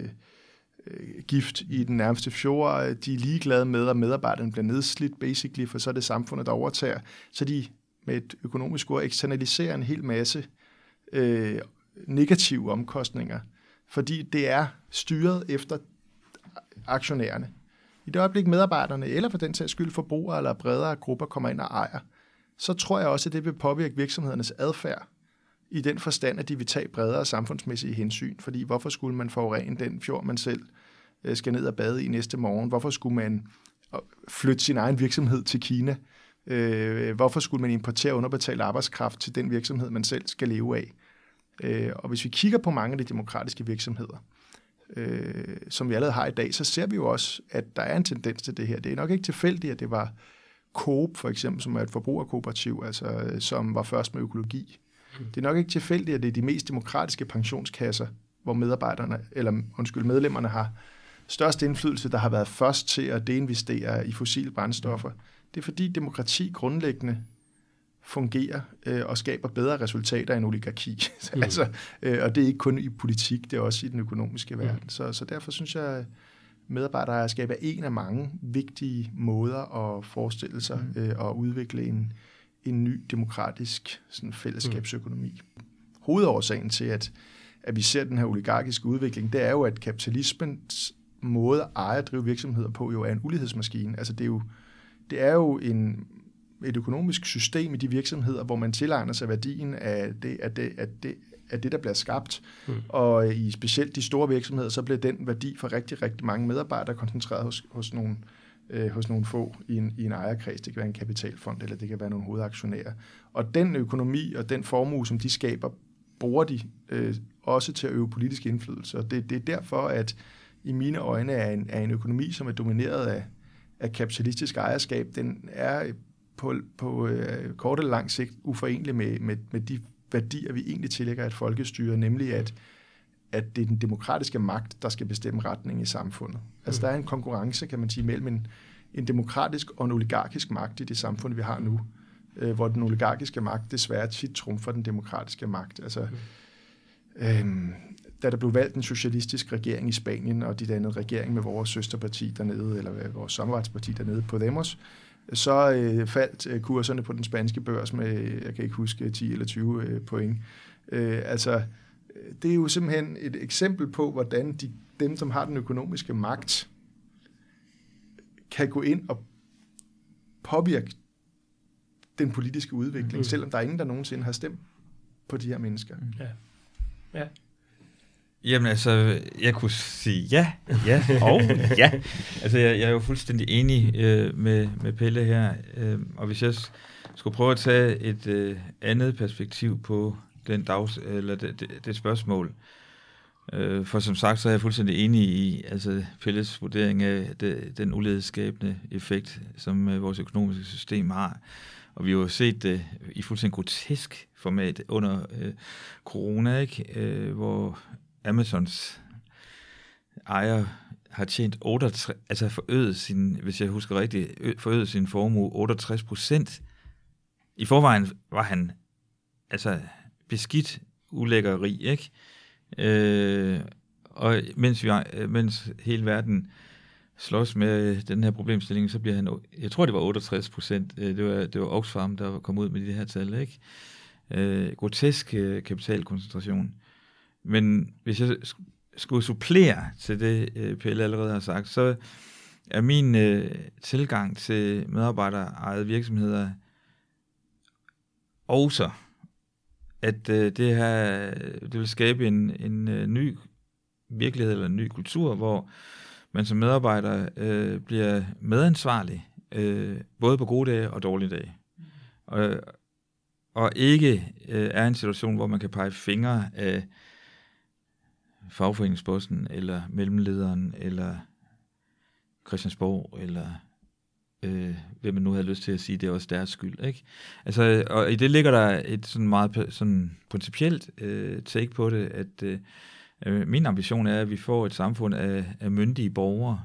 gift i den nærmeste fjord. De er ligeglade med, at medarbejderne bliver nedslidt, basically, for så er det samfundet, der overtager. Så de med et økonomisk ord eksternaliserer en hel masse negative omkostninger, fordi det er styret efter aktionærerne. I det øjeblik medarbejderne, eller for den sags skyld forbrugere eller bredere grupper, kommer ind og ejer, så tror jeg også, at det vil påvirke virksomhedernes adfærd i den forstand, at de vil tage bredere samfundsmæssige hensyn. Fordi hvorfor skulle man forurene den fjord, man selv skal ned og bade i næste morgen? Hvorfor skulle man flytte sin egen virksomhed til Kina? Hvorfor skulle man importere underbetalt arbejdskraft til den virksomhed, man selv skal leve af? Og hvis vi kigger på mange af de demokratiske virksomheder, som vi allerede har i dag, så ser vi jo også, at der er en tendens til det her. Det er nok ikke tilfældigt, at det var Coop, for eksempel, som er et forbrugerkooperativ, altså, som var først med økologi. Det er nok ikke tilfældigt, at det er de mest demokratiske pensionskasser, hvor medlemmerne har størst indflydelse, der har været først til at deinvestere i fossile brændstoffer. Det er fordi demokrati grundlæggende fungerer og skaber bedre resultater end oligarki. Og det er ikke kun i politik, det er også i den økonomiske verden. Så derfor synes jeg, medarbejderejerskab er en af mange vigtige måder at forestille sig og udvikle en ny demokratisk sådan, fællesskabsøkonomi. Hovedårsagen til, at vi ser den her oligarkiske udvikling, det er jo, at kapitalismens måde at eje og drive virksomheder på jo er en ulighedsmaskine. Altså det er jo et økonomisk system i de virksomheder, hvor man tilegner sig værdien af det, der bliver skabt. Og i specielt de store virksomheder, så bliver den værdi for rigtig, rigtig mange medarbejdere koncentreret hos nogle få i en ejerkreds. Det kan være en kapitalfond, eller det kan være nogle hovedaktionærer. Og den økonomi og den formue, som de skaber, bruger de også til at øve politisk indflydelse. Og det er derfor, at i mine øjne er en økonomi, som er domineret af kapitalistisk ejerskab, den er på kort eller lang sigt uforenelig med de værdier, vi egentlig tillægger et folkestyre, nemlig at det er den demokratiske magt, der skal bestemme retningen i samfundet. Altså der er en konkurrence, kan man sige, mellem en demokratisk og en oligarkisk magt i det samfund, vi har nu, hvor den oligarkiske magt desværre tit trumfer den demokratiske magt. Altså, da der blev valgt en socialistisk regering i Spanien, og de dannede regering med vores søsterparti dernede, eller vores samarbejdsparti dernede, Podemos, så faldt kurserne på den spanske børs med, jeg kan ikke huske, 10 eller 20 point. Det er jo simpelthen et eksempel på, hvordan dem, som har den økonomiske magt, kan gå ind og påvirke den politiske udvikling, selvom der er ingen, der nogensinde har stemt på de her mennesker. Ja. Jamen altså, jeg kunne sige ja og ja. Altså, jeg er jo fuldstændig enig med Pelle her, og hvis jeg skulle prøve at tage et andet perspektiv på det spørgsmål, for som sagt, så er jeg fuldstændig enig i Pelles vurdering af den ulighedsskabende effekt, som vores økonomiske system har. Og vi har jo set det i fuldstændig grotesk format under corona, ikke? Hvor Amazons ejer har tjent 68, altså forøget sin, hvis jeg husker rigtigt, forøget sin formue 68%. I forvejen var han beskidt ulækkeri, ikke? Og mens hele verden slås med den her problemstilling, så bliver han, jeg tror det var 68%, det var Oxfam, der kom ud med de her tal, ikke? Grotesk kapitalkoncentration. Men hvis jeg skulle supplere til det, Pelle allerede har sagt, så er min tilgang til medarbejderejede virksomheder også, at det vil skabe en ny virkelighed eller en ny kultur, hvor man som medarbejder bliver medansvarlig, både på gode dage og dårlige dage. Og ikke er i en situation, hvor man kan pege fingre af fagforeningsbossen, eller mellemlederen, eller Christiansborg, eller hvem man nu havde lyst til at sige, det er også deres skyld, ikke? Altså, og i det ligger der et sådan meget sådan principielt take på det, at min ambition er, at vi får et samfund af myndige borgere,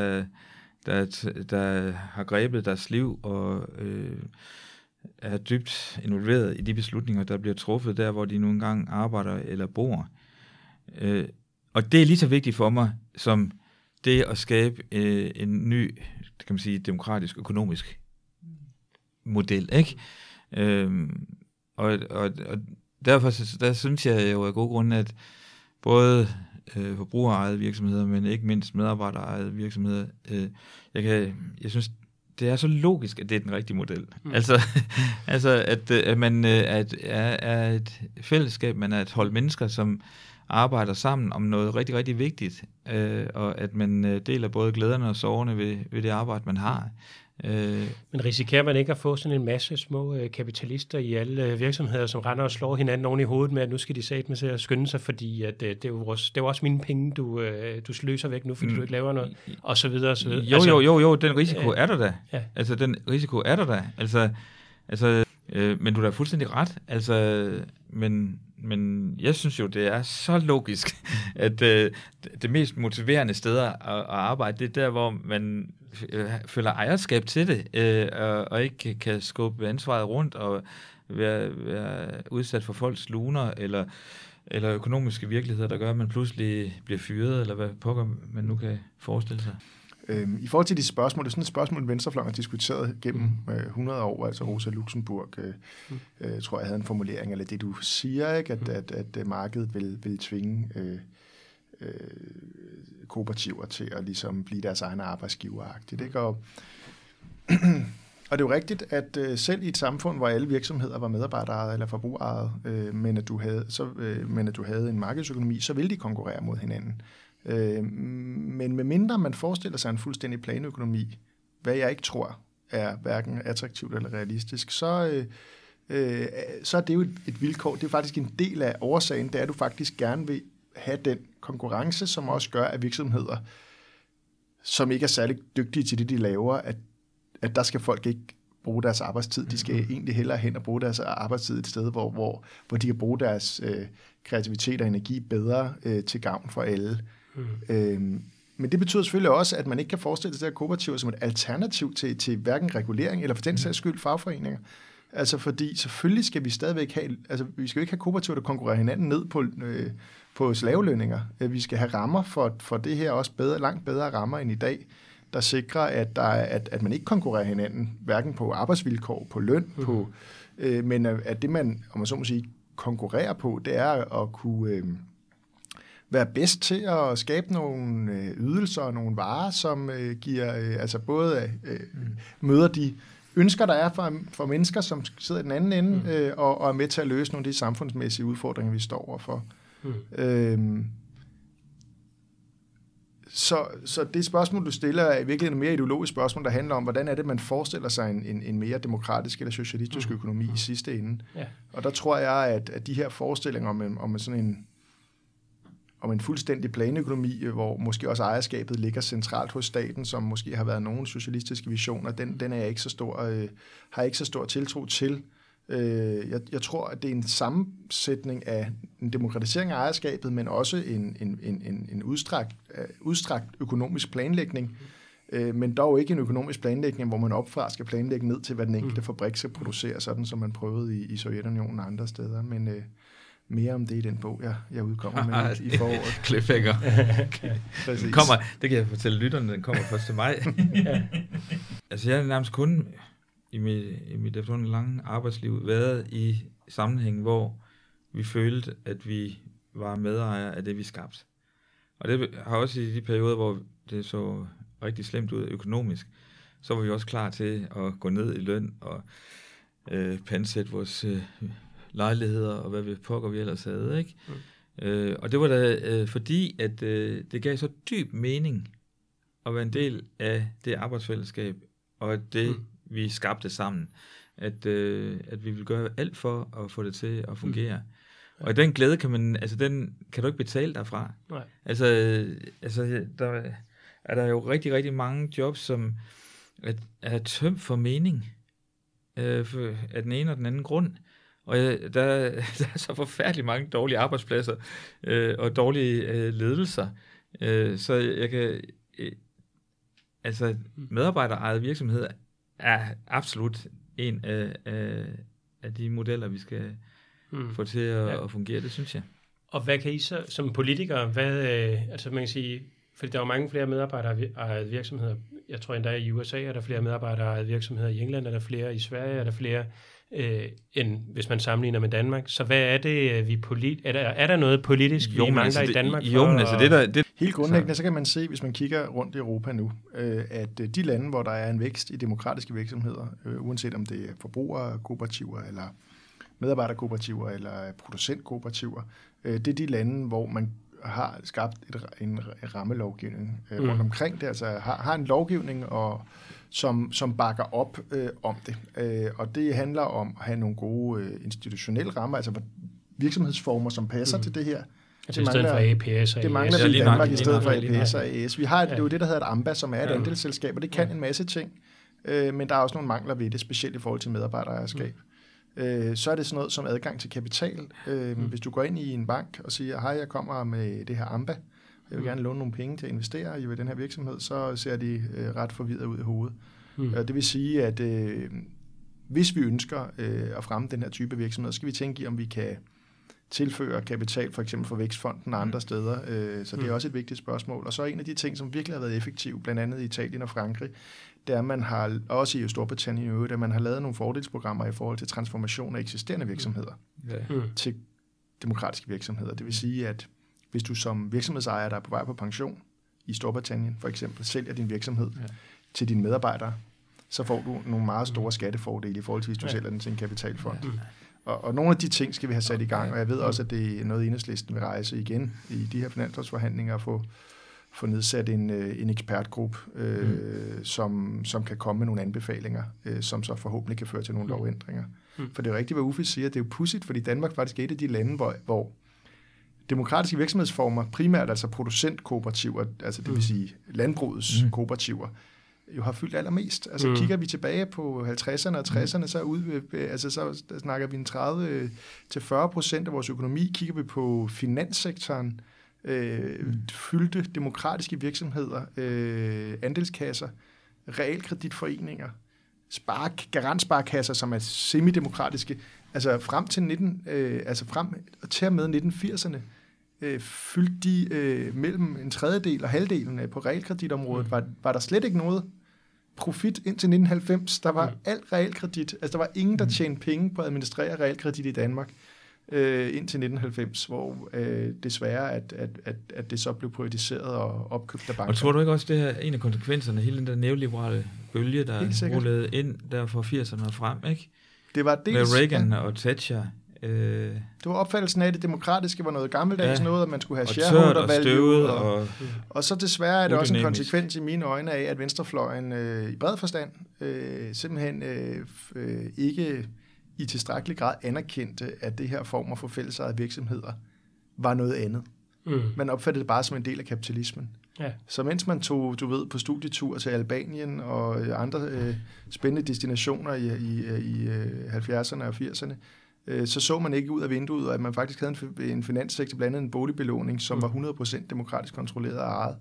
der har grebet deres liv og er dybt involveret i de beslutninger, der bliver truffet der, hvor de nu engang arbejder eller bor. Og det er lige så vigtigt for mig, som det at skabe en ny, kan man sige, demokratisk, økonomisk model, ikke? Og derfor der synes jeg jo af gode grunde, at både forbrugerejede virksomheder, men ikke mindst medarbejderejede virksomheder, jeg synes, det er så logisk, at det er den rigtige model. At man er et fællesskab, man er et hold mennesker, som arbejder sammen om noget rigtig, rigtig vigtigt, og at man deler både glæderne og sorgerne ved det arbejde, man har. Men risikerer man ikke at få sådan en masse små kapitalister i alle virksomheder, som render og slår hinanden oven i hovedet med, at nu skal de satme til at skynde sig, fordi at det er jo også mine penge, du sløser væk nu, fordi du ikke laver noget, og så videre, og så videre. Jo, den risiko er der da. Ja. Altså, den risiko er der da. Men du er da fuldstændig ret. Men jeg synes jo, det er så logisk, at det mest motiverende sted at arbejde, det er der, hvor man føler ejerskab til det, og ikke kan skubbe ansvaret rundt og være udsat for folks luner, eller økonomiske virkeligheder, der gør, at man pludselig bliver fyret, eller hvad pokker man nu kan forestille sig. I forhold til de spørgsmål, det er sådan et spørgsmål, Venstrefløjen har diskuteret gennem 100 år, altså Rosa Luxemburg, tror jeg havde en formulering, eller det du siger, ikke, at markedet vil tvinge kooperativer til at ligesom blive deres egne arbejdsgiveragtigt. Ikke? Og det er jo rigtigt, at selv i et samfund, hvor alle virksomheder var medarbejderejede eller forbrugerejede, men at du havde en markedsøkonomi, så ville de konkurrere mod hinanden. Men medmindre man forestiller sig en fuldstændig planøkonomi, hvad jeg ikke tror er hverken attraktivt eller realistisk, så er det jo et vilkår. Det er faktisk en del af årsagen, det er, at du faktisk gerne vil have den konkurrence, som også gør, at virksomheder, som ikke er særlig dygtige til det, de laver, at der skal folk ikke bruge deres arbejdstid. De skal egentlig hellere hen og bruge deres arbejdstid et sted, hvor de kan bruge deres kreativitet og energi bedre til gavn for alle. Men det betyder selvfølgelig også, at man ikke kan forestille sig kooperativer som et alternativ til hverken regulering eller for den sags skyld fagforeninger. Altså fordi selvfølgelig skal vi stadigvæk have, altså vi skal jo ikke have kooperativer, der konkurrerer hinanden ned på slavelønninger. Vi skal have rammer for det her også langt bedre rammer end i dag, der sikrer, at man ikke konkurrerer hinanden, hverken på arbejdsvilkår, på løn, men at det man, om man så må sige, konkurrerer på, det er at kunne være bedst til at skabe nogle ydelser og nogle varer, som giver, altså både møder de ønsker, der er for mennesker, som sidder i den anden ende, og er med til at løse nogle af de samfundsmæssige udfordringer, vi står overfor. Så det spørgsmål, du stiller, er virkelig et mere ideologisk spørgsmål, der handler om, hvordan er det, man forestiller sig en mere demokratisk eller socialistisk økonomi i sidste ende. Ja. Og der tror jeg, at de her forestillinger om sådan en fuldstændig planøkonomi, hvor måske også ejerskabet ligger centralt hos staten, som måske har været nogle socialistiske visioner, den er jeg ikke så stor, har jeg ikke så stor tiltro til. Jeg tror, at det er en sammensætning af en demokratisering af ejerskabet, men også en udstrakt økonomisk planlægning, men dog ikke en økonomisk planlægning, hvor man opfra skal planlægge ned til, hvad den enkelte fabrik skal producere, sådan som man prøvede i Sovjetunionen og andre steder. Men mere om det i den bog, jeg udkommer med i foråret. Cliffhanger. Det kan jeg fortælle lytterne, den kommer først til mig. Altså jeg er nærmest kun i mit efterhånden lange arbejdsliv været i sammenhæng, hvor vi følte, at vi var medejere af det, vi skabte. Og det har også i de perioder, hvor det så rigtig slemt ud økonomisk, så var vi også klar til at gå ned i løn og pantsætte vores lejligheder og hvad vi pokker vi ellers havde, ikke? Og det var da fordi, at det gav så dyb mening at være en del af det arbejdsfællesskab, og at det vi skabte sammen, at vi vil gøre alt for at få det til at fungere. Og den glæde den kan du ikke betale derfra. Nej. Altså der er der jo rigtig, rigtig mange jobs, som er tømt for mening af den ene og den anden grund. Og der er så forfærdeligt mange dårlige arbejdspladser og dårlige ledelser. Så jeg kan medarbejderejede virksomheder er absolut en af de modeller, vi skal få til at fungere, det synes jeg. Og hvad kan I så, som politikere, altså man kan sige, fordi der er jo mange flere medarbejderejede virksomheder, jeg tror endda i USA er der flere medarbejderejede virksomheder, i England er der flere, i Sverige er der flere, end hvis man sammenligner med Danmark. Så hvad er det, er der noget politisk, vi mangler i Danmark? Helt grundlæggende, så kan man se, hvis man kigger rundt i Europa nu, at de lande, hvor der er en vækst i demokratiske virksomheder, uanset om det er forbrugerkooperativer, eller medarbejderkooperativer, eller producentkooperativer, det er de lande, hvor man har skabt en rammelovgivning rundt omkring det, altså har en lovgivning, som bakker op om det. Og det handler om at have nogle gode institutionelle rammer, altså virksomhedsformer, som passer til det her. Altså i stedet for APS og AS. Det mangler vi i Danmark i stedet for APS og AS. Vi har det er jo det, der hedder et AMBA, som er et andelsselskab, og det kan en masse ting, men der er også nogle mangler ved det, specielt i forhold til medarbejderejerskab. Så er det sådan noget som adgang til kapital. Hvis du går ind i en bank og siger, hej, jeg kommer med det her AMBA, jeg vil gerne låne nogle penge til at investere i den her virksomhed, så ser de ret forvirret ud i hovedet. Det vil sige, at hvis vi ønsker at fremme den her type virksomhed, så skal vi tænke i, om vi kan tilføre kapital, for eksempel for Vækstfonden og andre steder. Så det er også et vigtigt spørgsmål. Og så en af de ting, som virkelig har været effektiv, blandt andet i Italien og Frankrig, det er, at man har, også i Storbritannien i øvrigt, at man har lavet nogle fordelsprogrammer i forhold til transformation af eksisterende virksomheder til demokratiske virksomheder. Det vil sige, at hvis du som virksomhedsejer, der er på vej på pension i Storbritannien for eksempel, sælger din virksomhed til dine medarbejdere, så får du nogle meget store skattefordele i forhold til, hvis du sælger den til en kapitalfond. Og nogle af de ting skal vi have sat i gang, og jeg ved også, at det er noget, Enhedslisten vil rejse igen i de her finanslovsforhandlinger, at få nedsat en ekspertgruppe, som kan komme med nogle anbefalinger, som så forhåbentlig kan føre til nogle lovændringer. For det er jo rigtigt, hvad Uffe siger, det er jo pudsigt, fordi Danmark faktisk er et af de lande, hvor demokratiske virksomhedsformer, primært altså producentkooperativer, altså det vil sige landbrugets kooperativer, jo har fyldt allermest. Altså kigger vi tilbage på 50'erne og 60'erne, så snakker vi en 30-40% af vores økonomi. Kigger vi på finanssektoren, fyldte demokratiske virksomheder, andelskasser, realkreditforeninger, garantsparekasser, som er semidemokratiske, altså frem til og med 1980'erne, fyldte de mellem en tredjedel og halvdelen på realkreditområdet. Var der slet ikke noget profit indtil 1990. Der var alt realkredit. Altså, der var ingen, der tjente penge på at administrere realkredit i Danmark indtil 1990, hvor desværre, at det så blev privatiseret og opkøbt af banker. Og tror du ikke også, det her en af konsekvenserne af hele den der neoliberale bølge, der rullede ind der fra 80'erne og frem, ikke? Det var dels, med Reagan og Thatcher. Det var opfattelsen af, at det demokratiske var noget gammeldags noget, at man skulle have shareholder-value. Og så desværre er det også en konsekvens i mine øjne af, at venstrefløjen i bred forstand simpelthen ikke i tilstrækkelig grad anerkendte, at det her former for fællesejede virksomheder var noget andet. Man opfattede det bare som en del af kapitalismen. Ja. Så mens man tog, på studietur til Albanien og andre spændende destinationer i 70'erne og 80'erne, så man ikke ud af vinduet, at man faktisk havde en finanssektor, blandt andet en boligbelåning, som var 100% demokratisk kontrolleret og ejet.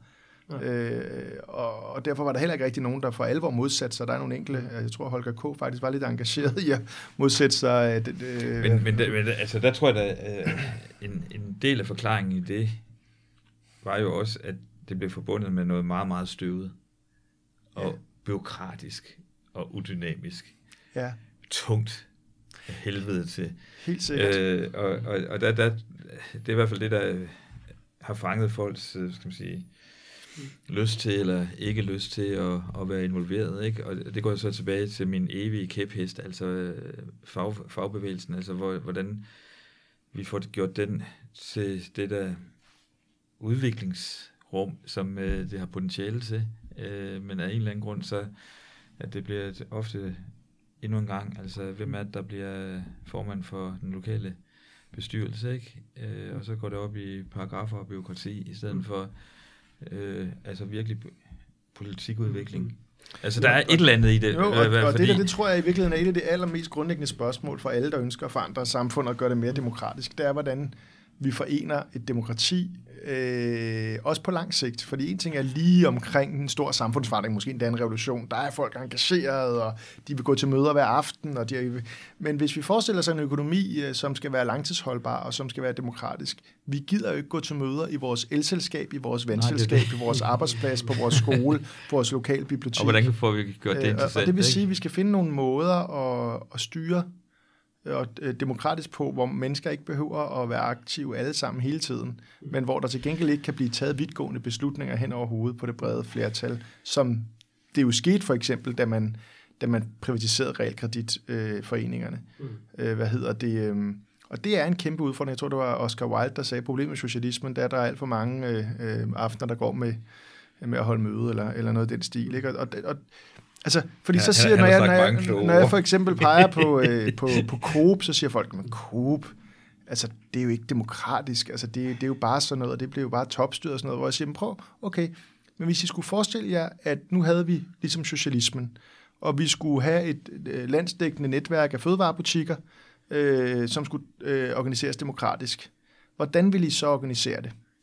Og derfor var der heller ikke rigtig nogen, der for alvor modsatte sig. Der er nogle enkelte, jeg tror Holger K. faktisk var lidt engageret i at modsætte sig. Men altså, der tror jeg, at en del af forklaringen i det var jo også, at det blev forbundet med noget meget, meget støvet og bureaukratisk og udynamisk. Ja. Tungt af helvede til. Helt sikkert. Og det er i hvert fald det, der har fanget folks, skal man sige, lyst til eller ikke lyst til at være involveret, ikke? Og det går så tilbage til min evige kæphest, altså fagbevægelsen, altså hvordan vi får gjort den til det der udviklingsrum, som det har potentiale til, men af en eller anden grund så, at det bliver ofte endnu en gang, altså hvem er det, der bliver formand for den lokale bestyrelse, ikke? Og så går det op i paragrafer og bureaukrati, i stedet for altså virkelig politikudvikling. Altså der er et eller andet i det. Jo, og det tror jeg i virkeligheden er et af de allermest grundlæggende spørgsmål for alle, der ønsker at forandre samfundet og gøre det mere demokratisk. Det er, hvordan vi forener et demokrati, også på lang sigt. Fordi en ting er lige omkring en stor samfundsforandring, måske endda en revolution. Der er folk engageret, og de vil gå til møder hver aften. Men hvis vi forestiller os en økonomi, som skal være langtidsholdbar og som skal være demokratisk, vi gider jo ikke gå til møder i vores elselskab, i vores vandselskab, i vores arbejdsplads, på vores skole, på vores lokale bibliotek. Og hvordan får vi gjort det interessant? Og det vil sige, at vi skal finde nogle måder at styre og demokratisk på, hvor mennesker ikke behøver at være aktive alle sammen hele tiden, men hvor der til gengæld ikke kan blive taget vidtgående beslutninger hen over hovedet på det brede flertal, som det jo skete for eksempel, da man privatiserede realkreditforeningerne. Og det er en kæmpe udfordring. Jeg tror, det var Oscar Wilde, der sagde, problemet med socialismen, der er alt for mange aftener, der går med at holde møde, eller noget af den stil. Ikke? Altså, fordi så siger når jeg for eksempel peger på Coop, så siger folk, men Coop, altså det er jo ikke demokratisk, altså det er jo bare sådan noget, og det bliver jo bare topstyret og sådan noget, hvor jeg siger, men prøv, okay, men hvis I skulle forestille jer, at nu havde vi ligesom socialismen, og vi skulle have et landsdækkende netværk af fødevarebutikker, som skulle organiseres demokratisk, hvordan vil I så organisere det?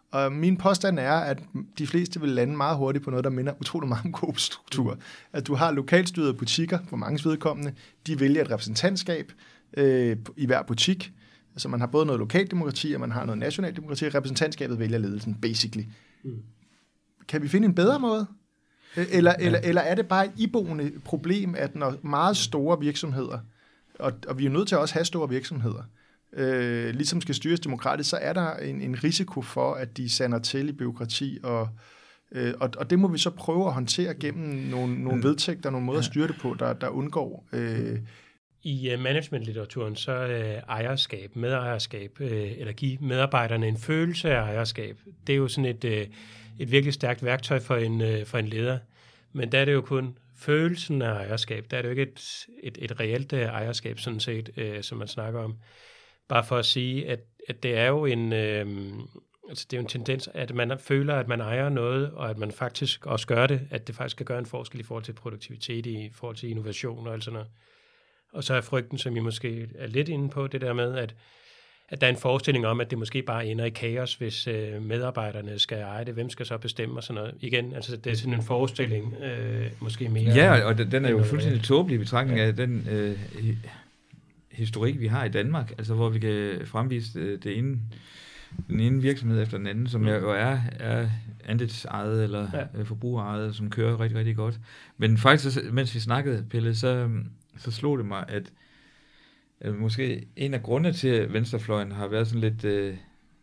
Og min påstand er, at de fleste vil lande meget hurtigt på noget, der minder utrolig meget om Coop-struktur. At du har lokalstyrede butikker, for mange vedkommende, de vælger et repræsentantskab i hver butik. Altså man har både noget lokaldemokrati, og man har noget nationaldemokrati, og repræsentantskabet vælger ledelsen, basically. Kan vi finde en bedre måde? Eller er det bare et iboende problem, at når meget store virksomheder, og vi er jo nødt til at også have store virksomheder, ligesom skal styres demokratisk, så er der en risiko for, at de sander til i bureaukrati, og det må vi så prøve at håndtere gennem nogle vedtægter, nogle måder at styre det på, der undgår. I managementlitteraturen, så ejerskab, medejerskab, eller give medarbejderne en følelse af ejerskab, det er jo sådan et virkelig stærkt værktøj for en leder. Men der er det jo kun følelsen af ejerskab. Der er det jo ikke et reelt ejerskab, sådan set, som man snakker om. Bare for at sige, at det er jo det er jo en tendens, at man føler, at man ejer noget, og at man faktisk også gør det, at det faktisk kan gøre en forskel i forhold til produktivitet, i forhold til innovation og alt sådan noget. Og så er frygten, som I måske er lidt inde på, det der med, at der er en forestilling om, at det måske bare ender i kaos, hvis medarbejderne skal eje det. Hvem skal så bestemme og sådan noget? Igen, altså det er sådan en forestilling, måske mere. Ja, og den er jo fuldstændig tåbelig i betragtning af den historik, vi har i Danmark, altså hvor vi kan fremvise den ene virksomhed efter den anden, som jo er andelsejet eller forbrugerejet, som kører rigtig, rigtig godt. Men faktisk, mens vi snakkede, Pelle, så slog det mig, at måske en af grundene til, at venstrefløjen har været sådan lidt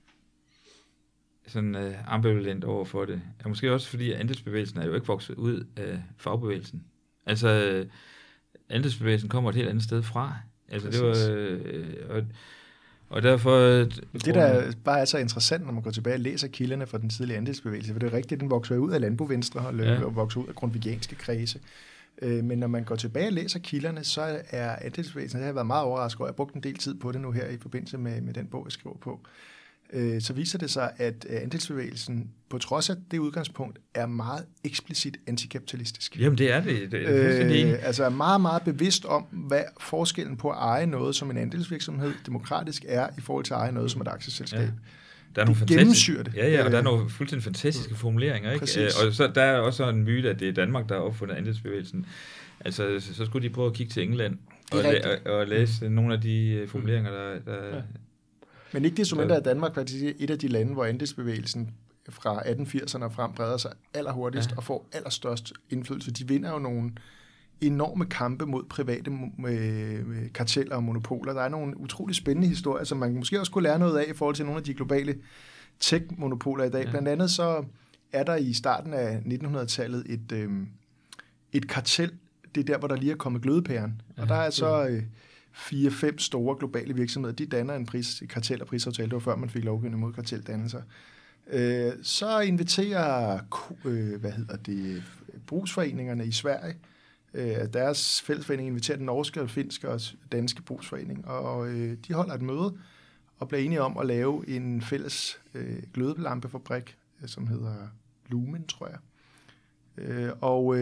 ambivalent over for det, er måske også fordi, at andelsbevægelsen er jo ikke vokset ud af fagbevægelsen. Altså, andelsbevægelsen kommer et helt andet sted fra. Altså, det var... Og derfor... Det, der bare er så interessant, når man går tilbage og læser kilderne fra den tidlige andelsbevægelse, for det er rigtigt, den vokser ud af Landbo-Venstre og vokser ud af grundtvigianske kredse. Men når man går tilbage og læser kilderne, så er andelsbevægelsen, det har været meget overrasket, og jeg har brugt en del tid på det nu her i forbindelse med den bog, jeg skriver på, så viser det sig, at andelsbevægelsen, på trods af det udgangspunkt, er meget eksplicit antikapitalistisk. Jamen det er det. Altså er meget, meget bevidst om, hvad forskellen på at eje noget som en andelsvirksomhed demokratisk er, i forhold til at eje noget som et aktieselskab. Ja. Der er nogle fantastiske, og der er nogle fuldstændig fantastiske formuleringer, ikke? Og så der er også en myte, at det er Danmark, der har opfundet andelsbevægelsen. Altså, så skulle de prøve at kigge til England og læse nogle af de formuleringer, der Men ikke det som mindre, at Danmark faktisk er et af de lande, hvor andelsbevægelsen fra 1880'erne og frem breder sig allerhurtigst og får allerstørst indflydelse. De vinder jo nogle enorme kampe mod private karteller og monopoler. Der er nogle utrolig spændende historier, som man måske også kunne lære noget af i forhold til nogle af de globale tech-monopoler i dag. Ja. Blandt andet så er der i starten af 1900-tallet et kartel. Det er der, hvor der lige er kommet glødepæren. Og der er så 4-5 store globale virksomheder. De danner en kartel- og prisaftale. Det var før man fik lovgivning mod karteldannelser. Så inviterer brugsforeningerne i Sverige. Deres fællesforening inviterer den norske, finske og danske brugsforening, og de holder et møde og bliver enige om at lave en fælles glødelampefabrik, som hedder Lumen, tror jeg. Og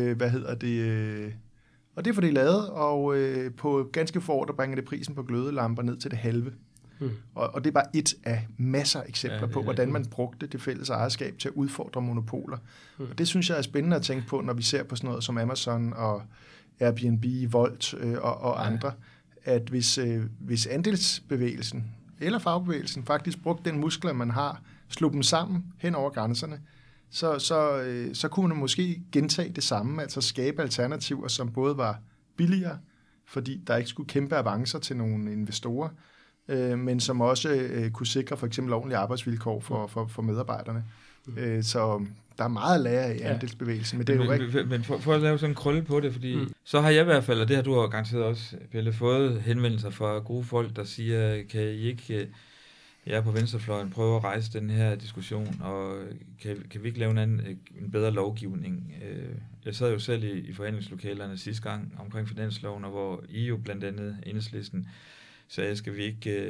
det får de lavet, og på ganske få år, der bringer det prisen på glødelamper ned til det halve. Og det er bare et af masser af eksempler på, hvordan man brugte det fælles ejerskab til at udfordre monopoler. Og det synes jeg er spændende at tænke på, når vi ser på sådan noget som Amazon og Airbnb, Volt og andre, at hvis andelsbevægelsen eller fagbevægelsen faktisk brugte den muskler, man har, slog dem sammen hen over grænserne, så kunne man måske gentage det samme, altså skabe alternativer, som både var billigere, fordi der ikke skulle kæmpe avancer til nogle investorer, men som også kunne sikre for eksempel ordentlige arbejdsvilkår for medarbejderne. Så der er meget at lære af andelsbevægelsen, men det er jo rigtigt. Men for at lave sådan en krølle på det, fordi så har jeg i hvert fald, og det har du jo garanteret også, Pelle, fået henvendelser fra gode folk, der siger, kan I ikke, jeg på venstrefløjen, prøve at rejse den her diskussion, og kan vi ikke lave en bedre lovgivning? Jeg sad jo selv i forhandlingslokalerne sidste gang omkring finansloven, og hvor I jo blandt andet Enhedslisten sagde, skal vi ikke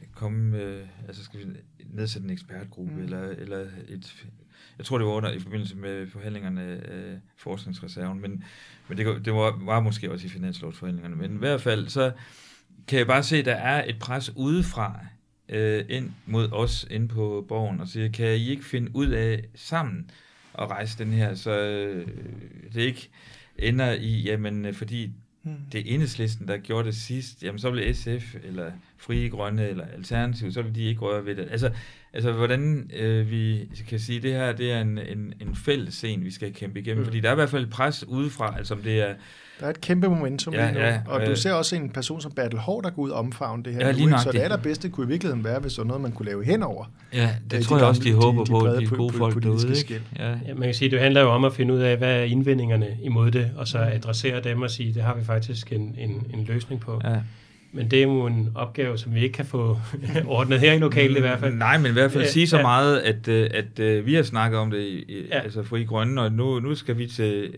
skal vi nedsætte en ekspertgruppe, eller jeg tror, det var i forbindelse med forhandlingerne af forskningsreserven, men det var måske også i finanslovsforhandlingerne. Men i hvert fald, så kan jeg bare se, at der er et pres udefra, ind mod os inde på Borgen og siger, kan I ikke finde ud af sammen at rejse den her, så det ikke ender i, jamen fordi det er Enhedslisten, der gjorde det sidst, jamen så vil SF eller Frie Grønne eller Alternativ, så vil de ikke røre ved det. Altså hvordan vi kan sige, det her, det er en fælles scene, vi skal kæmpe igennem, fordi der er i hvert fald et pres udefra, altså om det er... Der er et kæmpe momentum lige nu, og du ser også en person som Bertel Haarder, der går ud og omfavne det her. Ja, nu, så det allerbedste kunne i virkeligheden være, hvis der var noget, man kunne lave henover. Ja, det tror jeg også, de håber på, de gode folk derude. Ja, man kan sige, det handler jo om at finde ud af, hvad er indvendingerne imod det, og så adressere dem og sige, det har vi faktisk en løsning på. Ja. Men det er jo en opgave, som vi ikke kan få ordnet her i lokalet i hvert fald. Nej, men i hvert fald sige så meget, at vi har snakket om det, altså Frie Grønne, og nu skal vi til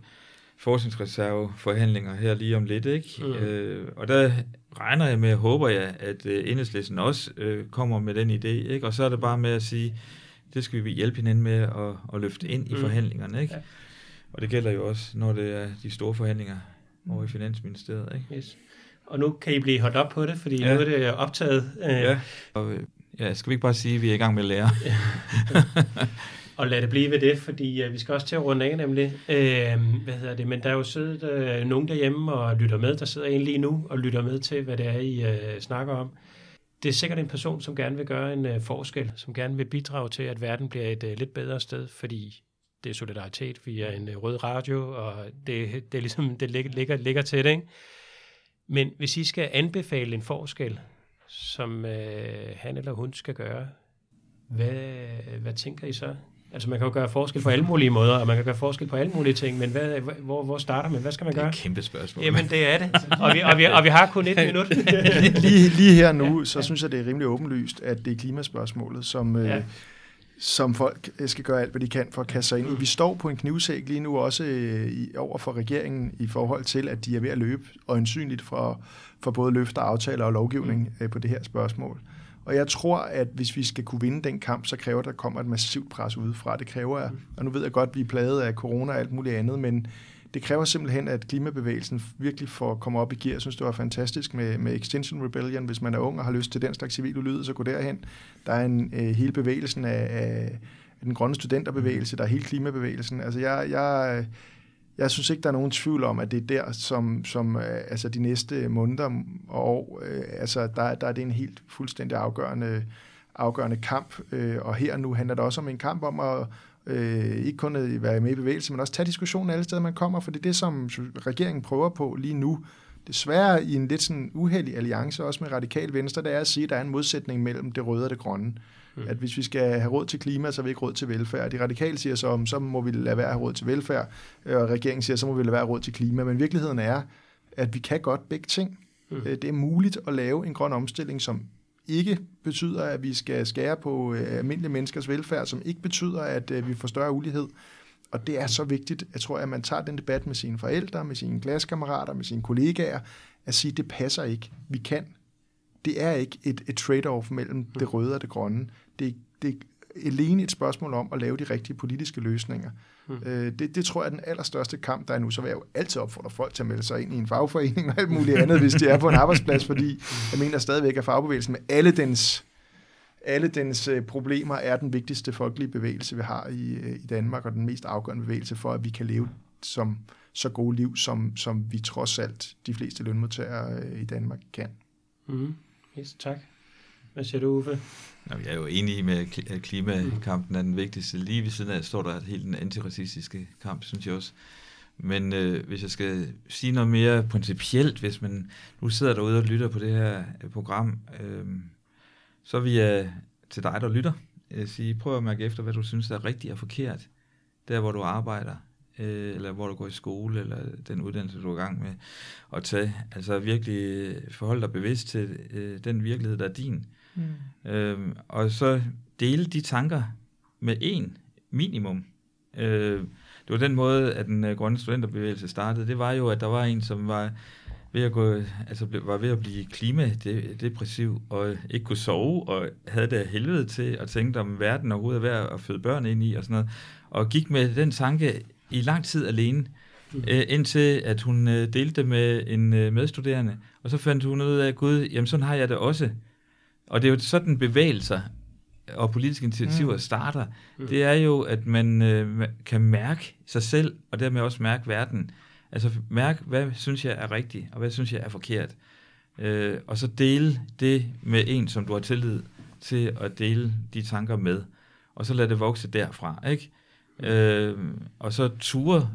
forskningsreserveforhandlinger her lige om lidt, ikke? Og der regner jeg med, håber jeg, at Enhedslisten også kommer med den idé, ikke? Og så er det bare med at sige, det skal vi hjælpe hinanden med at løfte ind i forhandlingerne, ikke? Ja. Og det gælder jo også, når det er de store forhandlinger over i Finansministeriet, ikke? Yes. Og nu kan I blive holdt op på det, fordi nu er det optaget. Og skal vi ikke bare sige, at vi er i gang med at lære? Og lad det blive ved det, fordi vi skal også til at runde af nemlig. Men der er jo siddet nogen derhjemme og lytter med. Der sidder en lige nu og lytter med til, hvad det er, I snakker om. Det er sikkert en person, som gerne vil gøre en forskel, som gerne vil bidrage til, at verden bliver et lidt bedre sted, fordi det er solidaritet. Vi er en rød radio, og det er ligesom, det ligger til det, ikke? Men hvis I skal anbefale en forskel, som han eller hun skal gøre, hvad tænker I så? Altså man kan jo gøre forskel på alle mulige måder, og man kan gøre forskel på alle mulige ting, men hvor starter man? Hvad skal man gøre? Det er et kæmpe spørgsmål. Jamen det er det, og vi har kun 1 minut. lige her nu, så synes jeg, det er rimelig åbenlyst, at det er klimaspørgsmålet, som folk skal gøre alt, hvad de kan for at kaste sig ind i. Vi står på en knivsæg lige nu også over for regeringen i forhold til, at de er ved at løbe øjensynligt for både løfter, aftaler og lovgivning på det her spørgsmål. Og jeg tror, at hvis vi skal kunne vinde den kamp, så kræver der kommer et massivt pres udefra. Det kræver, og nu ved jeg godt, at vi er plaget af corona og alt muligt andet, men det kræver simpelthen, at klimabevægelsen virkelig får komme op i gear. Jeg synes, det var fantastisk med Extinction Rebellion. Hvis man er ung og har lyst til den slags civil ulydighed, så gå derhen. Der er hele bevægelsen af den grønne studenterbevægelse, der er hele klimabevægelsen. Altså jeg synes ikke, der er nogen tvivl om, at det er der, som altså de næste måneder og år, der er det en helt fuldstændig afgørende kamp. Og her nu handler det også om en kamp om at ikke kun at være med i bevægelse, men også tage diskussionen alle steder, man kommer, for det er det, som regeringen prøver på lige nu. Desværre i en lidt sådan uheldig alliance, også med Radikal Venstre, det er at sige, at der er en modsætning mellem det røde og det grønne. At hvis vi skal have råd til klima, så har vi ikke råd til velfærd. De radikale siger så må vi lade være at have råd til velfærd, og regeringen siger, så må vi lade være at have råd til klima. Men virkeligheden er, at vi kan godt begge ting. Det er muligt at lave en grøn omstilling, som ikke betyder, at vi skal skære på almindelige menneskers velfærd, som ikke betyder, at vi får større ulighed. Og det er så vigtigt, jeg tror, at man tager den debat med sine forældre, med sine klassekammerater, med sine kollegaer, at sige, at det passer ikke. Vi kan. Det er ikke et trade-off mellem det røde og det grønne. Det er alene et spørgsmål om at lave de rigtige politiske løsninger. Det tror jeg er den allerstørste kamp, der er nu. Så vil jeg jo altid opfordre folk til at melde sig ind i en fagforening og alt muligt andet, hvis de er på en arbejdsplads, fordi jeg mener stadigvæk, at fagbevægelsen med alle dens problemer er den vigtigste folkelige bevægelse, vi har i Danmark, og den mest afgørende bevægelse for, at vi kan leve som så gode liv, som vi trods alt de fleste lønmodtagere i Danmark kan. Yes, tak. Hvad siger du, Uffe? Jeg er jo enig med, at klimakampen er den vigtigste. Lige ved siden af står der helt den antiracistiske kamp, synes jeg også. Men hvis jeg skal sige noget mere principielt, hvis man nu sidder derude og lytter på det her program, så vil jeg til dig, der lytter, sige, prøv at mærke efter, hvad du synes er rigtigt og forkert, der hvor du arbejder, eller hvor du går i skole, eller den uddannelse, du er i gang med at tage. Altså virkelig forholde dig bevidst til den virkelighed, der er din. Og så dele de tanker med en minimum. Det var den måde, at den grønne studenterbevægelse startede. Det var jo, at der var en, som var ved at blive klimadepressiv, og ikke kunne sove, og havde det helvede til at tænke om verden overhovedet er værd at føde børn ind i, og sådan noget. Og gik med den tanke i lang tid alene, indtil at hun delte det med en medstuderende, og så fandt hun ud af, Gud, jamen sådan har jeg det også. Og det er jo sådan bevægelser og politiske initiativer starter. Det er jo, at man kan mærke sig selv, og dermed også mærke verden. Altså mærke, hvad synes jeg er rigtigt, og hvad synes jeg er forkert. Og så dele det med en, som du har tillid til at dele de tanker med. Og så lad det vokse derfra, ikke? Og så ture,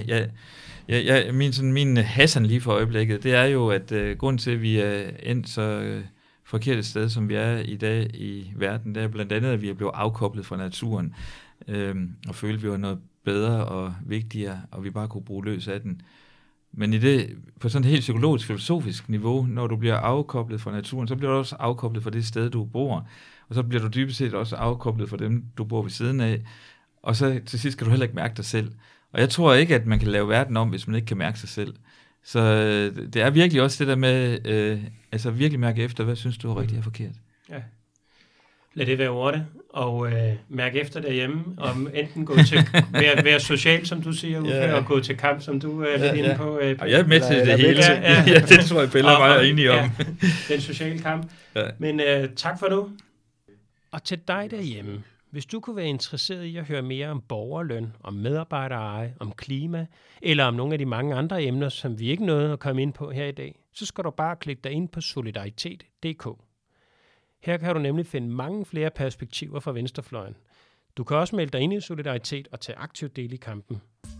min Hassan lige for øjeblikket, det er jo, at grunden til, at vi er endt så forkert et sted, som vi er i dag i verden, det er blandt andet, at vi er blevet afkoblet fra naturen, og følte, at vi var noget bedre og vigtigere, og vi bare kunne bruge løs af den. Men på sådan et helt psykologisk, filosofisk niveau, når du bliver afkoblet fra naturen, så bliver du også afkoblet fra det sted, du bor, og så bliver du dybest set også afkoblet fra dem, du bor ved siden af, og så til sidst kan du heller ikke mærke dig selv. Og jeg tror ikke, at man kan lave verden om, hvis man ikke kan mærke sig selv. Så det er virkelig også det der med, virkelig mærke efter, hvad synes du er rigtigt og forkert. Ja. Lad det være ordet, og mærke efter derhjemme, om enten gå til, være social, som du siger, Uffe, og gå til kamp, som du er lidt inde på. Og jeg er med til det hele. Ja, det tror jeg, Pelle og mig er enige om. Ja, den sociale kamp. Ja. Men tak for nu. Og til dig derhjemme, hvis du kunne være interesseret i at høre mere om borgerløn, om medarbejdereje, om klima, eller om nogle af de mange andre emner, som vi ikke nåede at komme ind på her i dag, så skal du bare klikke dig ind på solidaritet.dk. Her kan du nemlig finde mange flere perspektiver fra venstrefløjen. Du kan også melde dig ind i Solidaritet og tage aktivt del i kampen.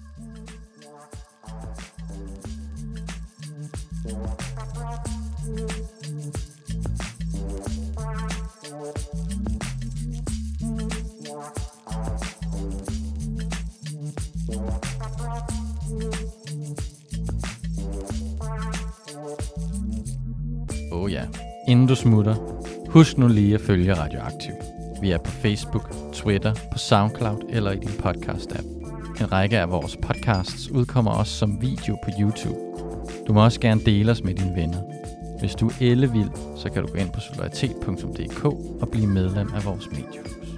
Ja, inden du smutter, husk nu lige at følge Radioaktiv. Vi er på Facebook, Twitter, på SoundCloud eller i din podcast-app. En række af vores podcasts udkommer også som video på YouTube. Du må også gerne dele os med dine venner. Hvis du er ellevild, så kan du gå ind på solidaritet.dk og blive medlem af vores mediehus.